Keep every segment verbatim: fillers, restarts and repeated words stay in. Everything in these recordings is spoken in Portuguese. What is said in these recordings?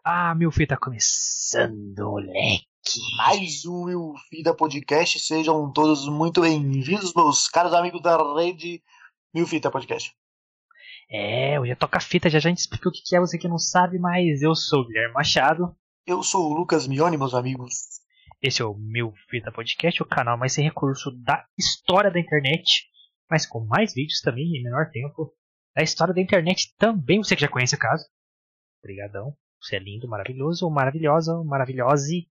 Ah, meu filho, tá começando, moleque. Mais um Will Fita Podcast. Sejam todos muito bem-vindos, meus caros amigos da rede Will Fita Podcast. É, hoje toca fita, já já a gente explica o que é, você que não sabe, mas eu sou o Guilherme Machado. Eu sou o Lucas Mione, meus amigos. Esse é o Meu Fita Podcast, o canal mais sem recurso da história da internet, mas com mais vídeos também em menor tempo. Da história da internet também, você que já conhece o caso. Obrigadão. Você é lindo, maravilhoso, ou maravilhosa, ou maravilhose.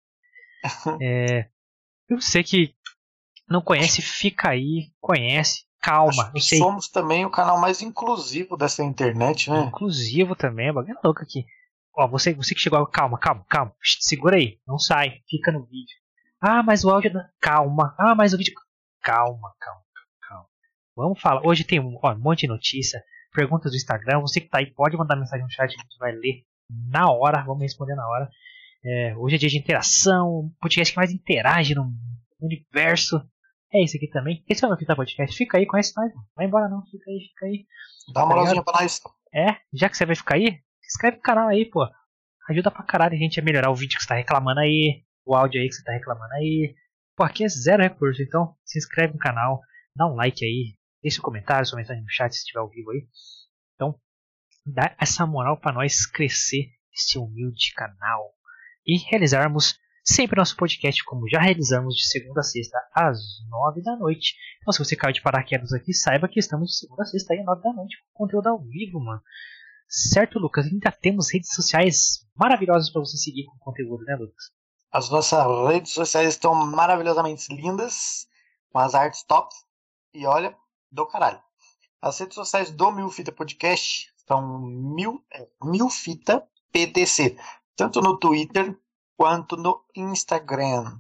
É, eu sei que não conhece, fica aí, conhece, calma. Acho que Eu sei. somos também o canal mais inclusivo dessa internet, né? Inclusivo também, é bagulho louco aqui. Ó, você, você que chegou, calma, calma, calma. Segura aí, não sai, fica no vídeo. Ah, mas o áudio. Calma. Ah, mas o vídeo. Calma, calma, calma. Vamos falar. Hoje tem um, ó, um monte de notícia, perguntas do Instagram. Você que tá aí, pode mandar mensagem no chat que a gente vai ler na hora. Vamos responder na hora. É, hoje é dia de interação, podcast que mais interage no universo. É esse aqui também. Esse é o meu Fita Podcast. Fica aí, conhece nós. Vai embora não, fica aí, fica aí. Dá uma moralzinha pra nós. É, já que você vai ficar aí, se inscreve no canal aí, pô. Ajuda pra caralho a gente a melhorar o vídeo que você tá reclamando aí, o áudio aí que você tá reclamando aí. Pô, aqui é zero recurso, então se inscreve no canal, dá um like aí, deixa um comentário, sua mensagem no chat se estiver ao vivo aí. Então, dá essa moral pra nós crescer esse humilde canal e realizarmos sempre nosso podcast, como já realizamos de segunda a sexta às nove da noite. Então, se você caiu de paraquedas aqui, saiba que estamos de segunda a sexta aí às nove da noite com conteúdo ao vivo, mano. Certo, Lucas? Ainda temos redes sociais maravilhosas para você seguir com conteúdo, né, Lucas? As nossas redes sociais estão maravilhosamente lindas, com as artes top. E olha, do caralho. As redes sociais do Mil Fita Podcast são Mil, é, Mil Fita P T C, tanto no Twitter quanto no Instagram.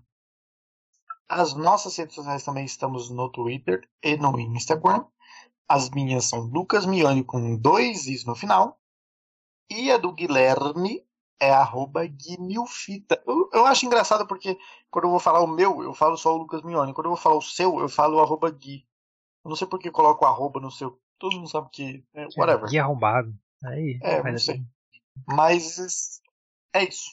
As nossas redes sociais também estamos no Twitter e no Instagram. As minhas são Lucas Mione com dois is no final. E a do Guilherme é arroba Guimilfita. Eu, eu acho engraçado porque quando eu vou falar o meu, eu falo só o Lucas Mione. Quando eu vou falar o seu, eu falo o arroba Gui. Eu não sei por que eu coloco o arroba no seu. Todo mundo sabe que. É, whatever. Gui arrombado. Aí, É, não sei. Assim. Mas é isso.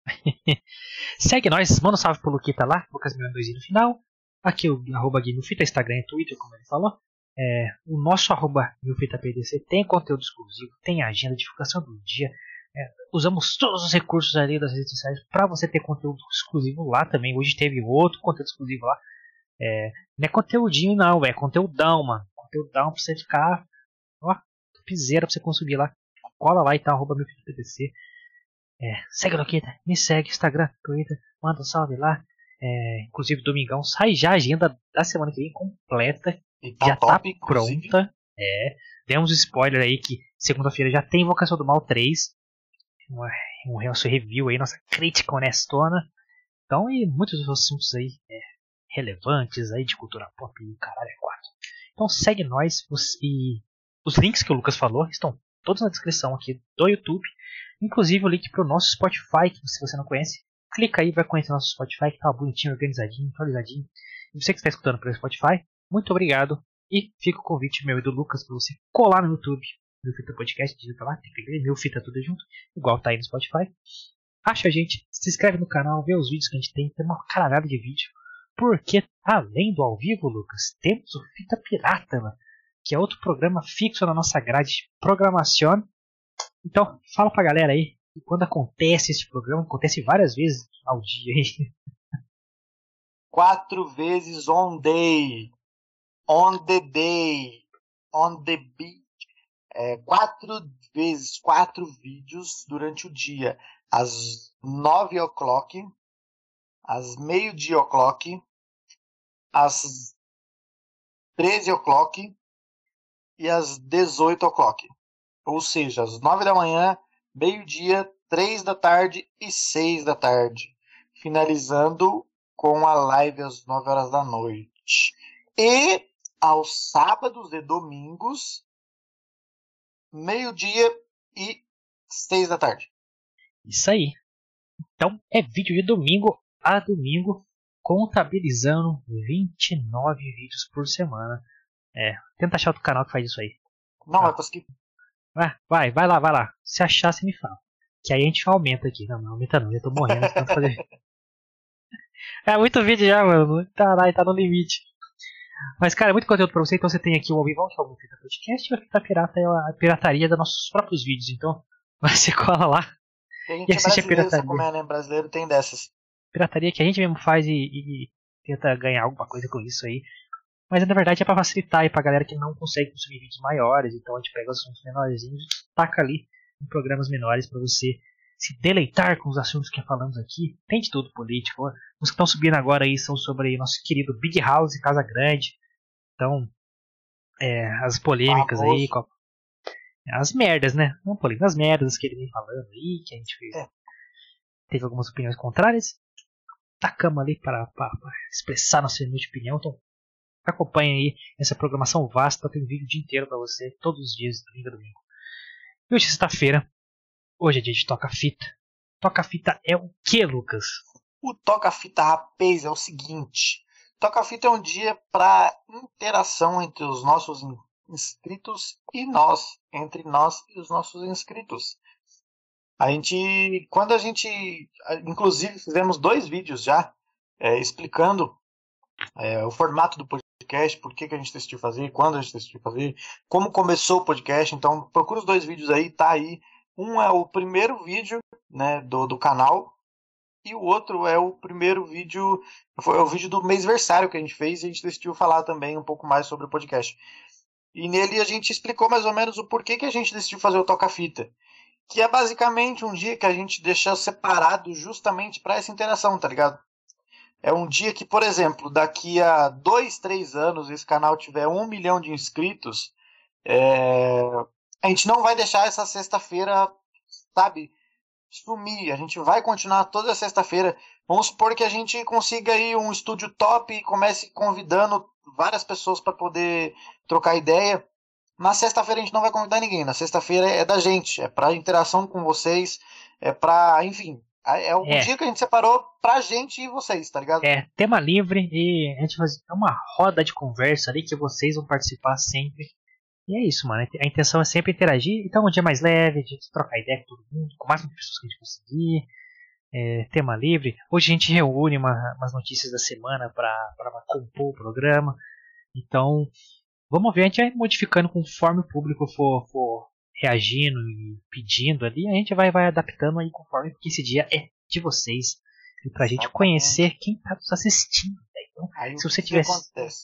Segue nós, manda um salve pro Luquita lá, Lucas Mione dois i no final. Aqui o arroba Guimilfita, Instagram e Twitter, como ele falou. É, o nosso arroba MilFitaPDC tem conteúdo exclusivo, tem agenda, divulgação do dia. É, usamos todos os recursos ali das redes sociais para você ter conteúdo exclusivo lá também. Hoje teve outro conteúdo exclusivo lá. É, não é conteúdinho não, é conteúdão, mano. Conteúdão pra você ficar, ó, piseira pra você consumir lá. Cola lá e tá, arroba MilFitaPDC. É, segue no Luquita, me segue, Instagram, Twitter, manda um salve lá. É, inclusive domingão sai já a agenda da semana que vem completa. E tá já top, tá pronta. É, demos spoiler aí que segunda-feira já tem Invocação do Mal três. Um nosso review aí, nossa crítica honestona. Então, e muitos outros assuntos aí é, relevantes aí de cultura pop e caralho é quatro. Então segue nós os, e os links que o Lucas falou estão todos na descrição aqui do YouTube. Inclusive o link pro nosso Spotify, que se você não conhece, clica aí, vai conhecer nosso Spotify que tá bonitinho, organizadinho, atualizadinho. E você que está escutando pelo Spotify, muito obrigado. E fica o convite meu e do Lucas para você colar no YouTube, Meu Fita Podcast, digita lá, tem que ver, Meu Fita tudo junto, igual tá aí no Spotify. Acha a gente, se inscreve no canal, vê os vídeos que a gente tem, tem uma caralhada de vídeo. Porque, além do ao vivo, Lucas, temos o Fita Pirata, mano, que é outro programa fixo na nossa grade de programação. Então, fala pra galera aí, que quando acontece esse programa, acontece várias vezes ao dia aí. Quatro vezes on day. On the day. On the beat. É, quatro vezes, quatro vídeos durante o dia. Às nove o'clock. Às meio-dia o'clock. Às treze o'clock. E às dezoito o'clock. Ou seja, às nove da manhã, meio-dia, três da tarde e seis da tarde. Finalizando com a live às nove horas da noite. E aos sábados e domingos, meio-dia e seis da tarde. Isso aí. Então é vídeo de domingo a domingo, contabilizando vinte e nove vídeos por semana. É, tenta achar outro canal que faz isso aí. Não tá. vai conseguir. Vai, vai, vai lá, vai lá. Se achar, você me fala. Que aí a gente aumenta aqui. Não, não aumenta não, eu tô morrendo de tanto fazer. É muito vídeo já, mano. Caralho, tá no limite. Mas, cara, é muito conteúdo pra você. Então você tem aqui o Ao Vivão, que é o Fita Podcast, e o Fita Pirata é a pirataria dos nossos próprios vídeos. Então, você cola lá E a gente e é assiste a brasileiro, sabe pirataria. como é, né? Brasileiro tem dessas. Pirataria que a gente mesmo faz e, e tenta ganhar alguma coisa com isso aí. Mas na verdade é pra facilitar aí pra galera que não consegue consumir vídeos maiores. Então a gente pega os assuntos menorzinhos e taca ali em programas menores pra você se deleitar com os assuntos que falamos aqui. Tem de tudo político. Os que estão subindo agora aí são sobre nosso querido Big House e Casa Grande. Então, é, as polêmicas Famoso. aí, com- as merdas, né? Não polêmicas, as merdas que ele vem falando aí, que a gente fez. É. Teve algumas opiniões contrárias. Tacamos ali para, para, para expressar nossa humilde opinião. Então, acompanhe aí essa programação vasta. Tem vídeo o dia inteiro para você, todos os dias, domingo a domingo. E hoje é sexta-feira. Hoje é dia de toca-fita. Toca-fita é o que, Lucas? O Toca-Fita Rapaz é o seguinte. Toca-Fita é um dia para interação entre os nossos in- inscritos e nós. Entre nós e os nossos inscritos. A gente, quando a gente, inclusive fizemos dois vídeos já é, explicando é, o formato do podcast, por que, que a gente decidiu fazer, quando a gente decidiu fazer, como começou o podcast. Então procura os dois vídeos aí, tá aí. Um é o primeiro vídeo, né, do, do canal e o outro é o primeiro vídeo, foi o vídeo do mêsversário que a gente fez e a gente decidiu falar também um pouco mais sobre o podcast. E nele a gente explicou mais ou menos o porquê que a gente decidiu fazer o Toca-Fita. Que é basicamente um dia que a gente deixou separado justamente para essa interação, tá ligado? É um dia que, por exemplo, daqui a dois, três anos, esse canal tiver um milhão de inscritos, é... a gente não vai deixar essa sexta-feira, sabe, sumir. A gente vai continuar toda sexta-feira. Vamos supor que a gente consiga aí um estúdio top e comece convidando várias pessoas para poder trocar ideia. Na sexta-feira a gente não vai convidar ninguém. Na sexta-feira é da gente. É pra interação com vocês. É pra, enfim. É o É. dia que a gente separou pra gente e vocês, tá ligado? É tema livre e a gente vai fazer uma roda de conversa ali que vocês vão participar sempre. E é isso, mano. A intenção é sempre interagir. Então é um dia mais leve, a gente trocar ideia com todo mundo, com o máximo de pessoas que a gente conseguir. É, tema livre. Hoje a gente reúne uma, umas notícias da semana para compor o programa. Então, vamos ver, a gente vai modificando conforme o público for, for reagindo e pedindo ali. A gente vai, vai adaptando aí conforme, porque esse dia é de vocês. E pra gente Exatamente. conhecer quem tá nos assistindo. Né? Então, Aí se o você que tivesse. acontece?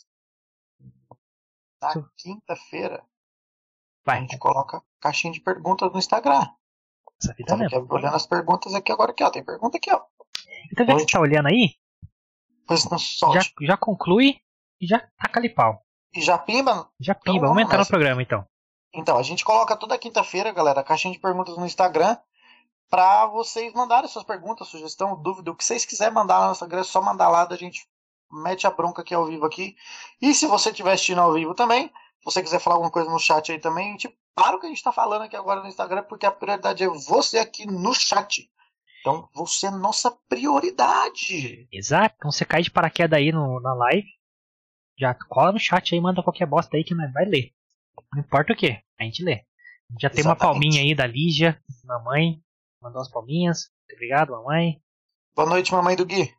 Na Se- quinta-feira, a Vai, gente coloca caixinha de perguntas no Instagram. essa vida Tava mesmo. aqui olhando as perguntas aqui agora aqui, ó. Tem pergunta aqui, ó. Então, já que você tá olhando aí, Pois não já, solte. já conclui e já taca ali pau. E já pimba? Já Então pimba, vamos vamos entrar no nessa. programa então. Então, a gente coloca toda quinta-feira, galera, a caixinha de perguntas no Instagram para vocês mandarem suas perguntas, sugestão, dúvida, o que vocês quiserem mandar lá no Instagram, é só mandar lá, da gente mete a bronca aqui ao vivo aqui. E se você estiver assistindo ao vivo também, se você quiser falar alguma coisa no chat aí também, a gente para o que a gente está falando aqui agora no Instagram, porque a prioridade é você aqui no chat. Então, você é nossa prioridade. Exato, então você cai de paraquedas aí no, na live, já cola no chat aí, manda qualquer bosta aí que nós vai ler. Não importa o que, a gente lê. Já tem uma Exatamente. palminha aí da Lígia, mamãe, mandou umas palminhas. Muito obrigado, mamãe. Boa noite, mamãe do Gui.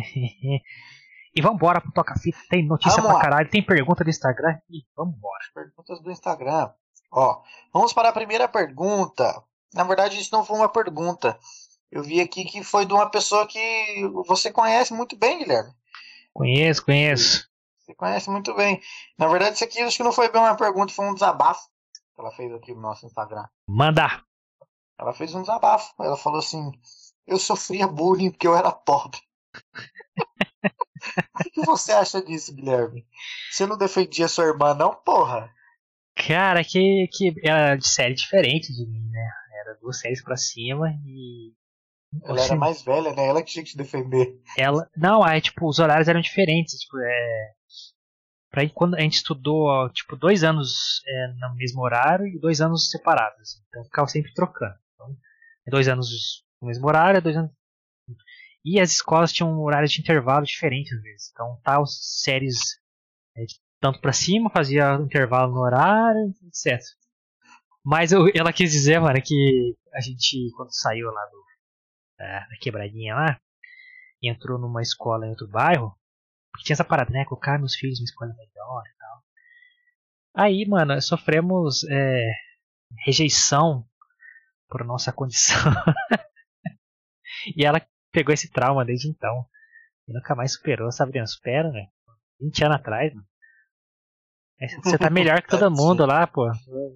E vambora pro Toca-Fita, tem notícia Vamos pra lá. caralho, tem pergunta do Instagram e vambora. Perguntas do Instagram. Ó, vamos para a primeira pergunta. Na verdade, isso não foi uma pergunta. Eu vi aqui que foi de uma pessoa que você conhece muito bem, Guilherme. Conheço, conheço. Você conhece muito bem. Na verdade, isso aqui acho que não foi bem uma pergunta, foi um desabafo que ela fez aqui no nosso Instagram. Manda. Ela fez um desabafo. Ela falou assim: eu sofria bullying porque eu era pobre. O que, que você acha disso, Guilherme? Você não defendia sua irmã, não, porra? Cara, que, que era de série diferente de mim, né? Era duas séries pra cima e. Ela era mais velha, né? Ela que tinha que te defender. Ela. Não, aí, tipo, os horários eram diferentes. Tipo, é. Pra aí, quando a gente estudou, tipo, dois anos é, no mesmo horário e dois anos separados. Então ficava sempre trocando. Então, dois anos no mesmo horário, dois anos. E as escolas tinham horários de intervalo diferentes às vezes. Então, tal séries é, de tanto pra cima fazia intervalo no horário, etcétera. Mas eu, ela quis dizer, mano, que a gente, quando saiu lá do, da, da quebradinha lá, e entrou numa escola em outro bairro, porque tinha essa parada, né? Colocar meus filhos numa escola melhor e tal. Aí, mano, sofremos é, rejeição por nossa condição. E ela pegou esse trauma desde então. E nunca mais superou, sabe? Não supera, né? vinte anos atrás, mano. Você tá melhor que todo mundo lá, pô.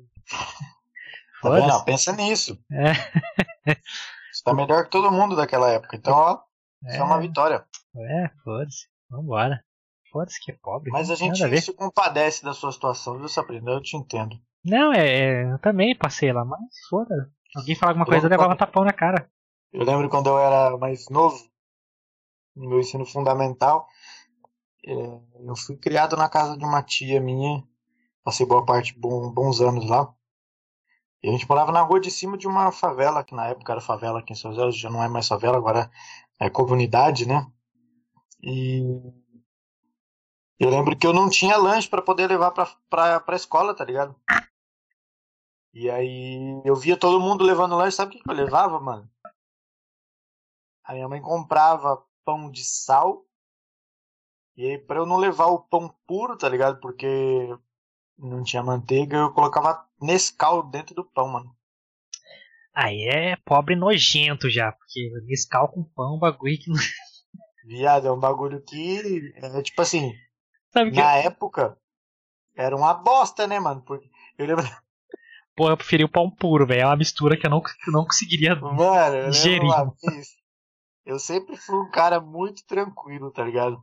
Tá vendo? Pensa nisso. É. Você tá melhor que todo mundo daquela época. Então, ó, isso é, é uma vitória. É, foda-se. Vambora. Foda-se que é pobre. Mas a gente a se compadece da sua situação, viu, Sabrina? Eu te entendo. Não, é, é eu também passei lá, mas foda. Alguém falar alguma coisa, eu levava quando... tapão na cara. Eu lembro quando eu era mais novo, no meu ensino fundamental, eu fui criado na casa de uma tia minha, passei boa parte, bons anos lá. E a gente morava na rua de cima de uma favela, que na época era favela aqui em São José, já não é mais favela, agora é comunidade, né? E eu lembro que eu não tinha lanche pra poder levar pra, pra, pra escola, tá ligado? E aí eu via todo mundo levando lanche, sabe o que eu levava, mano? A minha mãe comprava pão de sal, e aí pra eu não levar o pão puro, tá ligado? Porque não tinha manteiga, eu colocava Nescau dentro do pão, mano. Aí é pobre nojento já, porque Nescau com pão é um bagulho que não... Viado, é um bagulho que, é, tipo assim, sabe na que... época, era uma bosta, né, mano? Porque eu lembro... Pô, eu preferi o pão puro, velho. É uma mistura que eu não, que eu não conseguiria mano, eu digerir. Uma vez, eu sempre fui um cara muito tranquilo, tá ligado?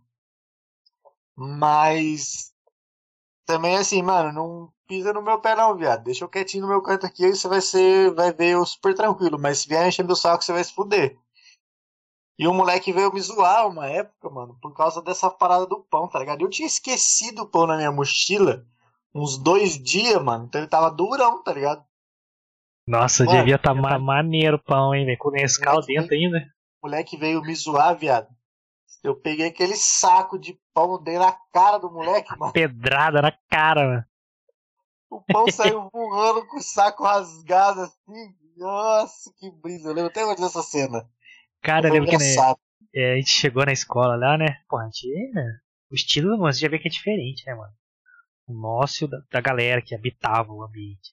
Mas também assim, mano, não pisa no meu pé não, viado. Deixa eu quietinho no meu canto aqui, aí você vai ser, vai ver eu super tranquilo. Mas se vier enchendo o saco, você vai se fuder. E o moleque veio me zoar uma época, mano, por causa dessa parada do pão, tá ligado? Eu tinha esquecido o pão na minha mochila uns dois dias, mano. Então ele tava durão, tá ligado? Nossa, mano, devia estar tá maneiro o pão, hein, velho. Com Nescau dentro veio, ainda. O moleque veio me zoar, viado. Eu peguei aquele saco de pão, dei na cara do moleque, mano. Pedrada na cara, mano. O pão saiu voando com o saco rasgado assim. Nossa, que brisa. Eu lembro até hoje dessa cena. Cara, eu lembro que né, é, a gente chegou na escola lá, né? Pô, a gente, né, o estilo, mano, você já vê que é diferente, né, mano? O nosso e da, da galera que habitava o ambiente.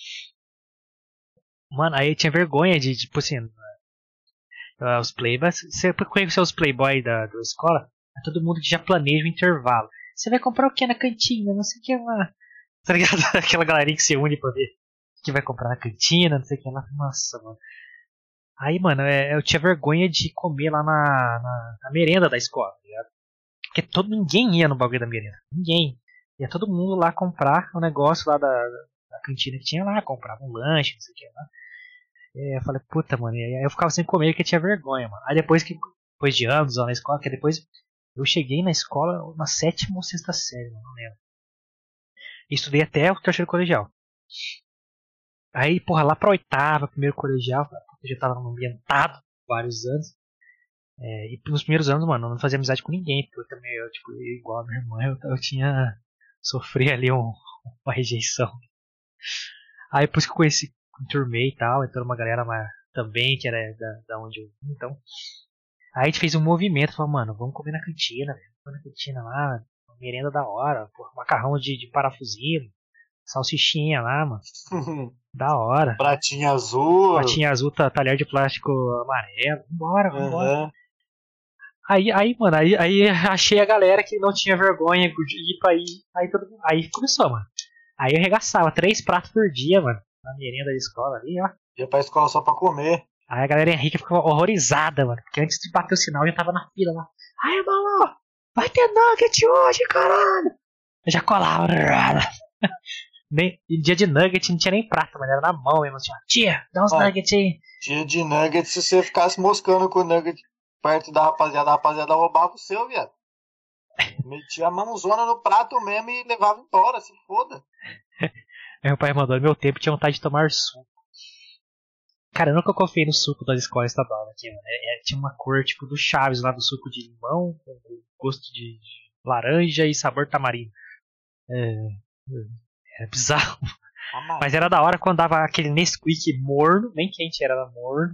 Mano, aí eu tinha vergonha de, tipo assim, uh, os playboys. Você conheceu os playboys da, da escola? É todo mundo que já planeja o intervalo. Você vai comprar o que na cantina? Não sei o que lá. Tá ligado? Aquela galerinha que se une pra ver o que vai comprar na cantina, não sei o que lá. Nossa, mano. Aí, mano, é, eu tinha vergonha de comer lá na, na, na merenda da escola, tá ligado? Porque todo, ninguém ia no bagulho da merenda. Ninguém. Ia todo mundo lá comprar o negócio lá da, da cantina que tinha lá, comprava um lanche, não sei o que lá. E eu falei, puta, mano, e aí eu ficava sem comer porque eu tinha vergonha, mano. Aí depois que, depois de anos lá na escola, que depois eu cheguei na escola na sétima ou sexta série, mano, não lembro. E estudei até o terceiro colegial. Aí, porra, lá pra oitava, primeiro colegial, eu já tava ambientado vários anos. É, e nos primeiros anos, mano, eu não fazia amizade com ninguém, porque eu também, eu, tipo, igual a minha irmã, eu, eu tinha sofri ali um, uma rejeição. Aí depois que eu conheci, enturmei e tal, entrou uma galera mais, também, que era da, da onde eu vim, então. Aí a gente fez um movimento, falou, mano, vamos comer na cantina, velho. Vamos na cantina lá, uma merenda da hora, porra, macarrão de, de parafusinho, salsichinha lá, mano. Da hora. Pratinha azul. Pratinha azul, talher de plástico amarelo. Vambora, vambora. Uhum. Aí, aí, mano, aí, aí achei a galera que não tinha vergonha de ir pra ir. Aí, todo, aí começou, mano. Aí eu arregaçava três pratos por dia, mano. Na merenda da escola ali, ó. Ia pra escola só pra comer. Aí a galera rica ficou horrorizada, mano. Porque antes de bater o sinal, eu já tava na fila lá. Aí, mano, vai ter nugget hoje, caralho. Eu já colava. Nem, dia de nugget não tinha nem prata, mano. Era na mão mesmo. Assim, tia, dá uns ah, nuggets aí. Dia de nugget, se você ficasse moscando com o nugget perto da rapaziada, a rapaziada roubava o seu, viado. Metia a mãozona no prato mesmo e levava embora, se foda. Meu pai mandou, no meu tempo tinha vontade de tomar suco. Cara, eu nunca confiei no suco das escolas estaduais aqui, mano. É, é, tinha uma cor tipo do Chaves lá, do suco de limão, com gosto de, de laranja e sabor tamarindo. É, é bizarro. Amarelo. Mas era da hora quando dava aquele Nesquik morno, nem quente era, era morno.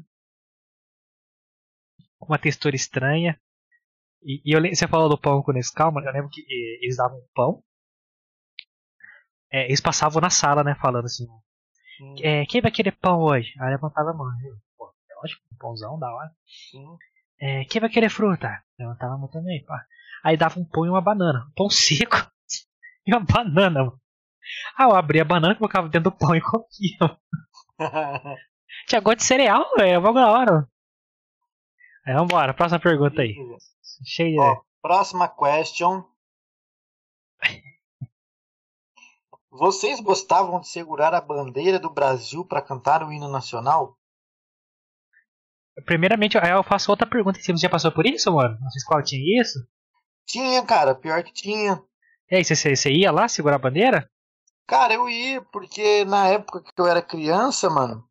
Com uma textura estranha. E, e eu, lem- você falou do pão com Nescau, mano, eu lembro que eh, eles davam pão. É, eles passavam na sala, né, falando assim, Sim, é, quem vai querer pão hoje? Aí levantava a mão. Eu, pô, é lógico, um pãozão, da hora. sim. É, quem vai querer fruta? Levantava a mão também, pá. Aí dava um pão e uma banana. Um pão seco e uma banana, mano. Ah, eu abria a banana, colocava dentro do pão e comia. Mano. Tinha gosto de cereal, velho. É uma da hora. Mano. Aí, vambora, próxima pergunta aí. Cheia. Ó, próxima question. Vocês gostavam de segurar a bandeira do Brasil para cantar o hino nacional? Primeiramente, aí eu faço outra pergunta. Você já passou por isso, mano? Não sei qual tinha isso. Tinha, cara, pior que tinha. E aí, você, você, você ia lá segurar a bandeira? Cara, eu ia, porque na época que eu era criança, mano,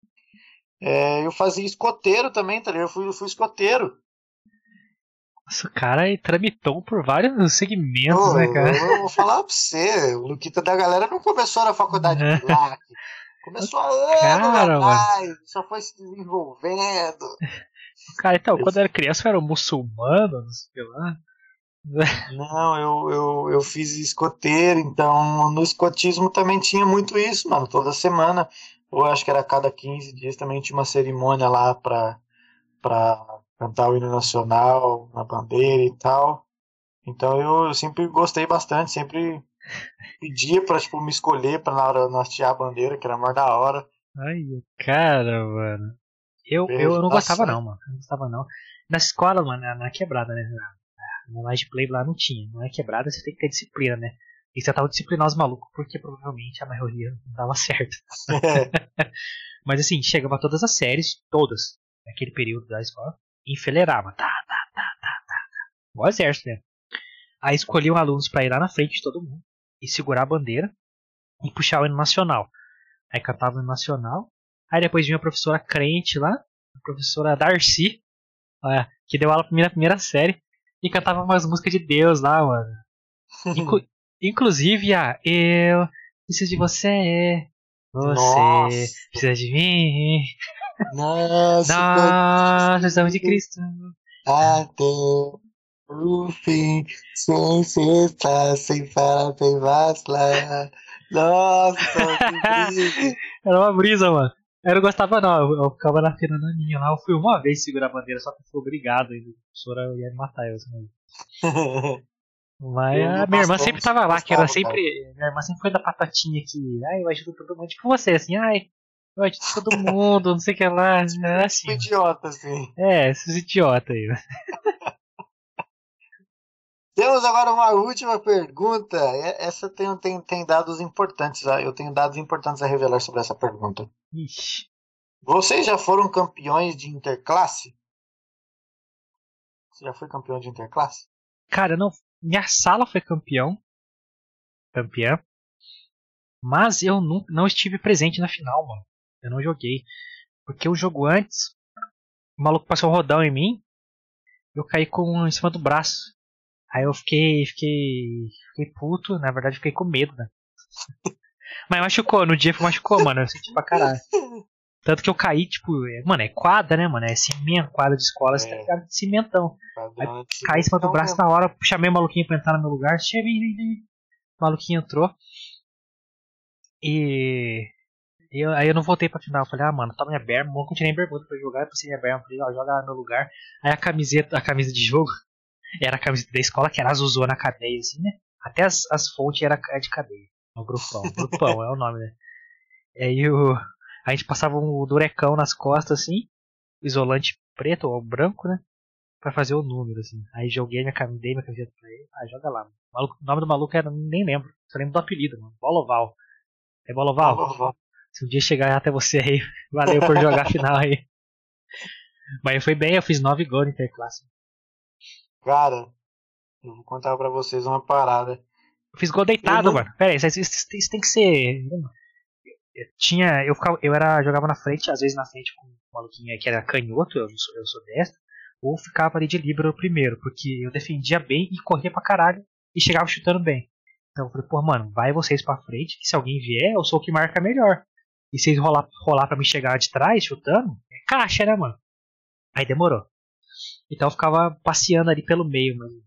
é, eu fazia escoteiro também, tá ligado? Eu fui, eu fui escoteiro. Nossa, o cara aí tramitou por vários segmentos, Ô, né, eu, cara? eu vou falar pra você, o Luquita da galera não começou na faculdade de Pilac. Começou há anos Cara, mano. atrás, só foi se desenvolvendo. Cara, então, Eu- quando eu era criança eu era um muçulmano, não sei lá. não, eu, eu, eu fiz escoteiro, então no escotismo também tinha muito isso, mano. Toda semana, ou acho que era a cada quinze dias, também tinha uma cerimônia lá pra, pra cantar o hino nacional, na bandeira e tal. Então eu, eu sempre gostei bastante, sempre pedia pra tipo, me escolher pra na hora de nós tirar a bandeira, que era mais da hora. Ai, cara, mano. Eu, eu não gostava Nossa, não, mano. Eu não gostava não. Na escola, mano, na, na quebrada, né? Na, na Light Play lá não tinha. Não é quebrada, você tem que ter disciplina, né? E você tava disciplinar os malucos, porque provavelmente a maioria não dava certo. Mas assim, chegava todas as séries, todas, naquele período da escola, e enfileirava. Tá, tá, tá, tá, tá. Igual exército, né? Aí escolhiam alunos pra ir lá na frente de todo mundo e segurar a bandeira e puxar o hino nacional. Aí cantava o hino nacional. Aí depois vinha a professora crente lá, a professora Darcy, ó, que deu aula pra mim na primeira série, e cantava umas músicas de Deus lá, mano. Inclu inclusive a Eu preciso de você, você nossa, precisa de mim, nossa, nós precisamos de Cristo. até o fim, sem cessar, sem parar, sem vacilar. Nossa, que brisa! Era uma brisa, mano. Eu não gostava não, eu, eu ficava na fila na minha lá. Eu fui uma vez segurar a bandeira, só que eu fui obrigado. E a professora ia me matar eu. Assim. Mas Eu ia a minha irmã sempre bastante, tava lá, que era gostava, cara. sempre. Minha irmã sempre foi da patatinha que. Ai, eu ajudo todo mundo. Tipo você, assim, ai, eu ajudo todo mundo, não sei o que lá. Era Tipo assim, mano. idiota, assim. É, esses idiotas aí, né? Temos agora uma última pergunta. E- Essa tem, tem, tem dados importantes. ah, Eu tenho dados importantes a revelar sobre essa pergunta. Ixi. Vocês já foram campeões de interclasse? Você já foi campeão de interclasse? Cara, não. Minha sala foi campeão. Campeã. Mas eu não, não estive presente na final, mano. Eu não joguei. Porque o jogo antes, o maluco passou um rodão em mim. Eu caí com um em cima do braço. Aí eu fiquei, fiquei, fiquei puto, na verdade fiquei com medo, né? Mas machucou, no dia machucou, mano, eu senti pra caralho. Tanto que eu caí, tipo, é, mano, é quadra, né, mano? É cimento, quadra de escola, você tá É, ligado? De cimentão. Aí padrão de caí em cima do cimentão braço mesmo. na hora, chamei o maluquinho pra entrar no meu lugar. O maluquinho entrou. E. Eu, aí eu não voltei pra final. Eu falei, ah, mano, toma minha berma. Eu continuei bermuda pra jogar. Eu passei minha berma. Falei, ó, joga no meu lugar. Aí a camiseta, a camisa de jogo era a camiseta da escola, que era azulzona na cadeia, assim, né? Até as, as fontes eram de cadeia. O grupão. Grupão é o nome, né? Aí o, a gente passava um durecão nas costas, assim. Isolante preto ou branco, né? Pra fazer o número, assim. Aí joguei minha camiseta, dei minha camiseta pra ele. Ah, joga lá. O, maluco, o nome do maluco era, nem lembro. Só lembro do apelido, mano. Boloval. É Boloval? Boloval. Se um dia chegar até você aí, valeu por jogar a final aí. Mas foi bem, eu fiz nove gols no Interclasse. Cara, eu vou contar pra vocês uma parada. Eu fiz gol Eu deitado, não. mano. Pera aí, isso, isso- isso tem que ser. Eu tinha. Eu, ficava, eu era, jogava na frente, às vezes na frente com um maluquinho que era canhoto, eu sou, eu sou destro. Ou ficava ali de líbero primeiro, porque eu defendia bem e corria pra caralho e chegava chutando bem. Então eu falei, pô, mano, vai vocês pra frente, que se alguém vier, eu sou o que marca melhor. E se eles rolar, rolar pra me chegar de trás, chutando, é caixa, né, mano? Aí demorou. Então eu ficava passeando ali pelo meio, mano.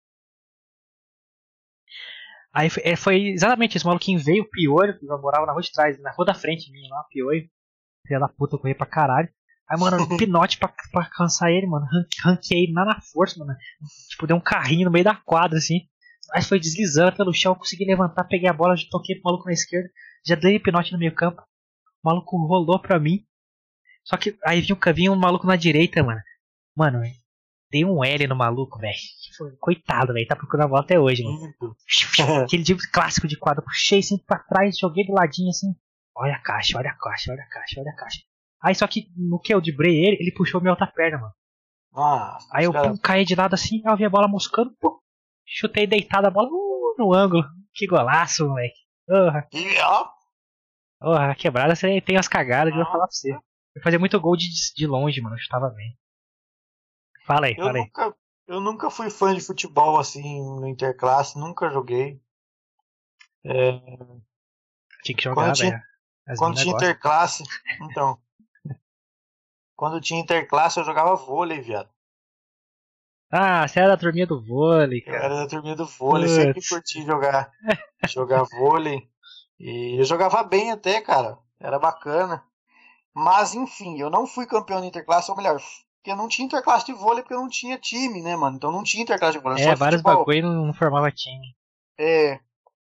Aí foi, foi exatamente isso, o maluquinho veio, o piolho, que eu morava na rua de trás, na rua da frente minha lá, o piolho. Filha da puta, eu corri pra caralho. Aí, mano, um pinote pra, pra cansar ele, mano. Ranquei ele lá na força, mano. Tipo, deu um carrinho no meio da quadra, assim. Aí foi deslizando pelo chão, eu consegui levantar, peguei a bola, já toquei pro maluco na esquerda. Já dei pinote no meio campo. O maluco rolou pra mim. Só que aí vinha um, vinha um maluco na direita, mano. Mano, dei um L no maluco, velho. Coitado, velho. Tá procurando a bola até hoje, mano. Aquele tipo clássico de quadra. Puxei assim pra trás, joguei do ladinho assim. Olha a caixa, olha a caixa, olha a caixa, olha a caixa. Aí só que no que eu driblei ele, ele puxou minha outra perna, mano. Ah, aí eu pum, caí de lado assim, aí eu vi a bola moscando, pum, chutei deitado a bola uh, no ângulo. Que golaço, moleque. Porra. E ó. Porra, quebrada você tem as cagadas que eu vou falar pra você. Eu fazia muito gol de, de longe, mano, eu chutava bem. Fala aí, eu fala aí. Nunca, eu nunca fui fã de futebol assim no Interclasse, nunca joguei. É... Tinha que jogar, velho. Quando tinha Interclasse, então. Quando tinha Interclasse eu jogava vôlei, viado. Ah, você era da turminha do vôlei, cara. Eu era da turminha do vôlei, Putz. Sempre curti jogar, jogar vôlei. E eu jogava bem até, cara. Era bacana. Mas, enfim, eu não fui campeão da Interclasse, ou melhor, porque não tinha Interclasse de vôlei, porque eu não tinha time, né, mano? Então não tinha Interclasse de vôlei. É, vários bagulho não, não formava time. É.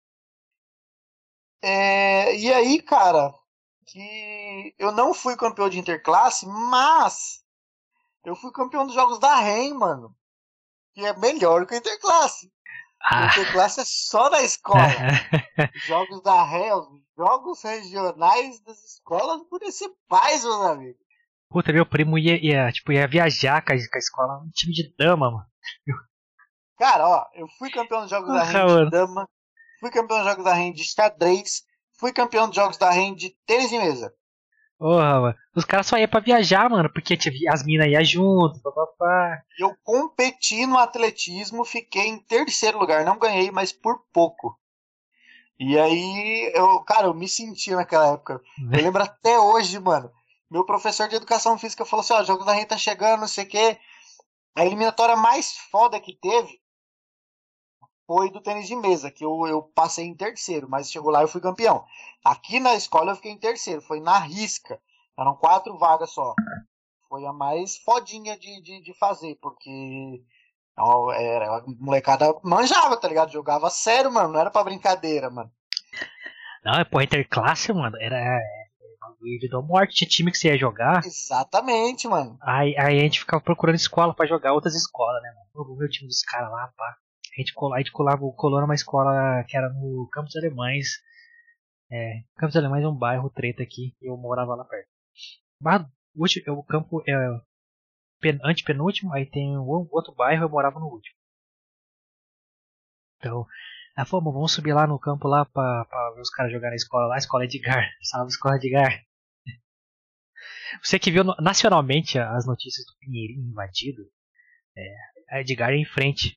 É. E aí, cara, que eu não fui campeão de Interclasse, mas eu fui campeão dos jogos da R E M, mano. Que é melhor que a Interclasse. Ah. A Interclasse é só da escola. Jogos da R E M, jogos regionais das escolas municipais, meus amigos. Puta, meu primo ia, ia, tipo, ia viajar com a, com a escola, um time de dama, mano. Cara, ó, eu fui campeão dos jogos ah, da R E M de dama, fui campeão dos jogos da R E M de xadrez, fui campeão dos jogos da R E M de tênis de mesa. Porra, mano. Os caras só iam pra viajar, mano, porque as minas iam junto, papapá. Eu competi no atletismo, fiquei em terceiro lugar, não ganhei, mas por pouco. E aí, eu, cara, eu me sentia naquela época. Eu lembro até hoje, mano. Meu professor de educação física falou assim, ó, o jogo da R E M tá chegando, não sei o quê. A eliminatória mais foda que teve foi do tênis de mesa, que eu, eu passei em terceiro, mas chegou lá e eu fui campeão. Aqui na escola eu fiquei em terceiro, foi na risca. Eram quatro vagas só. Foi a mais fodinha de, de, de fazer, porque era, a molecada manjava, tá ligado? Jogava sério, mano, não era pra brincadeira, mano. Não, é pô, Interclasse, mano, era vida ou morte, tinha time que você ia jogar. Exatamente, mano. Aí, aí a gente ficava procurando escola pra jogar outras escolas, né, mano? Vou ver o time dos caras lá, pá. A gente, colava, a gente colava, colou numa escola que era no Campos Alemães. É, Campos Alemães é um bairro treta aqui e eu morava lá perto. Barra, o campo é pen, antepenúltimo, aí tem um outro bairro eu morava no último. Então, ela falou, vamos subir lá no campo lá pra, pra ver os caras jogar na escola lá, Escola Edgar. Salve, Escola Edgar. Você que viu nacionalmente as notícias do Pinheirinho invadido, é, a Edgar é em frente.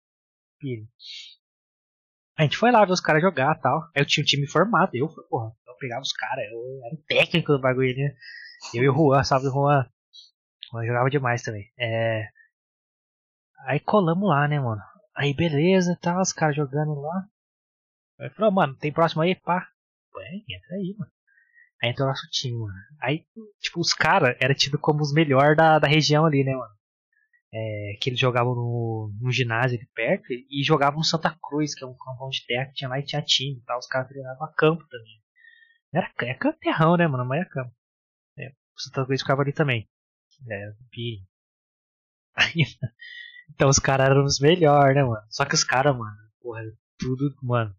A gente foi lá ver os caras jogar e tal. Aí eu tinha um time formado, eu, porra, eu pegava os caras, eu era o técnico do bagulho, né? Eu e o Juan, salve o Juan. O Juan jogava demais também. É... Aí colamos lá, né, mano? Aí beleza, tá, os caras jogando lá. Aí falou, mano, tem próximo aí? Pá. É, entra aí, mano. Aí entrou o nosso time, mano. Aí, tipo, os caras eram tidos como os melhores da, da região ali, né, mano? É, que eles jogavam no, no ginásio ali perto e jogavam no Santa Cruz, que é um campão de terra que tinha lá e tinha time e tal. Os caras treinavam a campo também. Era, é terrão, né, mano? Mas é campo. É, o Santa Cruz ficava ali também. É, Aí, então os caras eram os melhores, né, mano? Só que os caras, mano, porra, tudo, mano.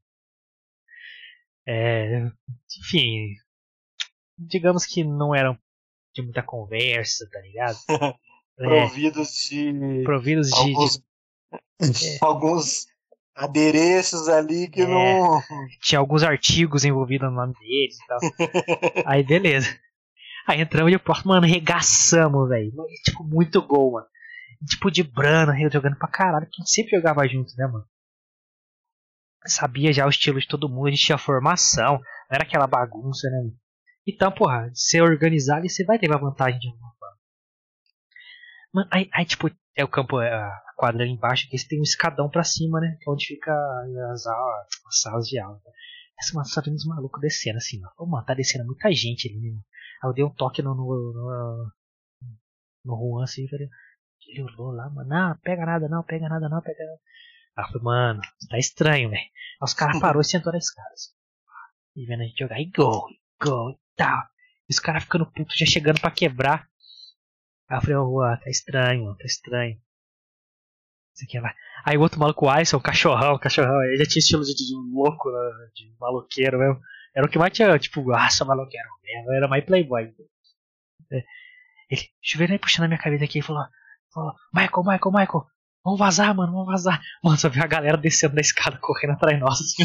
É, enfim, digamos que não eram de muita conversa, tá ligado? providos é, de. Providos de. Alguns, de é, alguns adereços ali que é, não. Tinha alguns artigos envolvidos no nome deles e tal. Aí beleza. Aí entramos de porta, mano, regaçamos, velho. Tipo, muito gol, mano. Tipo, de Brana, jogando pra caralho, que a gente sempre jogava junto, né, mano? sabia já o estilo de todo mundo, a gente tinha formação, não era aquela bagunça, né? Então, porra, ser organizado e você vai ter uma vantagem de alguma forma. Mano, aí, aí, tipo, é o campo, a quadra ali embaixo, que você tem um escadão pra cima, né? Que é onde fica as, aulas, as salas de aula. Essa mano, só tem uns malucos descendo assim, ó. Ô, mano, tá descendo muita gente ali, né? Aí eu dei um toque no, no, no, no Juan, assim, falei, ele olhou lá, mano, não, pega nada não, pega nada não, pega nada. Aí eu falei, mano, tá estranho, velho. Aí os caras parou e sentou na escada, assim. E vendo a gente jogar, e gol, gol, e tal. E os caras ficando putos, já chegando pra quebrar. Aí eu falei, ô, oh, tá estranho, mano, tá estranho. Isso aqui é lá. Aí o outro maluco, o Alisson, o cachorrão, o cachorrão, ele já tinha estilo de, de louco, de maloqueiro mesmo. Era o que mais tinha, tipo, ah, sou maloqueiro mesmo, era mais playboy. Ele, chuveiro aí puxando a minha cabeça aqui e falou, falou, Michael, Michael, Michael, vamos vazar, mano, vamos vazar. Mano, só viu a galera descendo da escada, correndo atrás de nós, assim.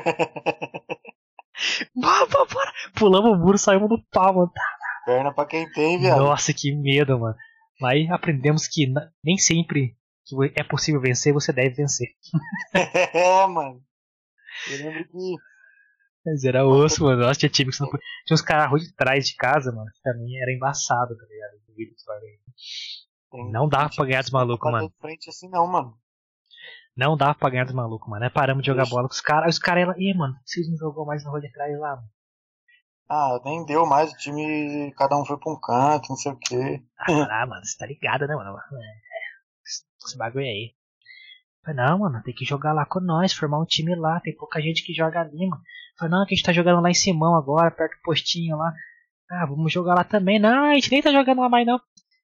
Bora, bora, pulamos o muro, saímos do pau, mano. Perna pra quem tem, viado. Nossa, que medo, mano. Mas aprendemos que nem sempre que é possível vencer, você deve vencer. É, mano. Eu lembro que... Mas era osso, mano. Nossa, tinha time que não... Tinha uns caras de trás de casa, mano, que também era embaçado, tá ligado? Tem, não dava tem pra ganhar dos malucos, mano. Frente assim não, mano. Não dava pra ganhar dos malucos, mano. Aí paramos de jogar Ixi. bola com os caras. Os caras, ih, mano, vocês não jogou mais no rolê atrás lá, mano. Ah, nem deu mais, o time, cada um foi pra um canto, não sei o quê. Ah, mano, você tá ligado, né, mano? Esse bagulho aí. Falei, não, mano, tem que jogar lá com nós, formar um time lá, tem pouca gente que joga ali, mano. Falei, não, que a gente tá jogando lá em Simão agora, perto do postinho lá. Ah, vamos jogar lá também. Não, a gente nem tá jogando lá mais, não.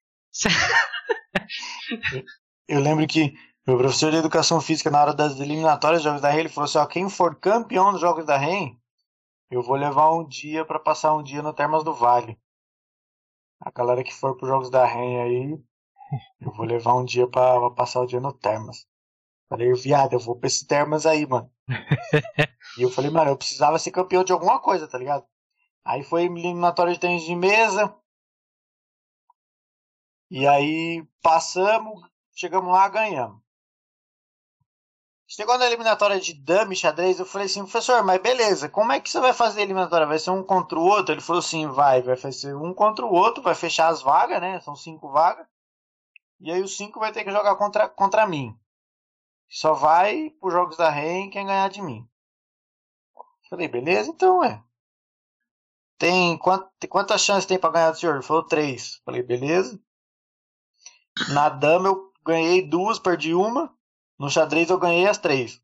Eu lembro que meu professor de educação física, na hora das eliminatórias dos Jogos da Rei, ele falou assim, ó, quem for campeão dos Jogos da Rei, eu vou levar um dia pra passar um dia no Termas do Vale. A galera que for pros Jogos da Rei aí, eu vou levar um dia pra, pra passar o dia no Termas. Falei, viado, eu vou pra esse Termas aí, mano. E eu falei, mano, eu precisava ser campeão de alguma coisa, tá ligado? Aí foi eliminatória de tênis de mesa. E aí passamos, chegamos lá, ganhamos. Chegou na eliminatória de dama e xadrez, eu falei assim, professor, mas beleza, como é que você vai fazer a eliminatória? Vai ser um contra o outro? Ele falou assim, vai, vai ser um contra o outro, vai fechar as vagas, né? São cinco vagas. E aí os cinco vai ter que jogar contra, contra mim. Só vai pros Jogos da Rei quem ganhar de mim. Falei, beleza, então, é. Tem, quant, quantas chances tem pra ganhar do senhor? Ele falou, três. Falei, beleza. Na dama eu ganhei duas, perdi uma. No xadrez eu ganhei as três.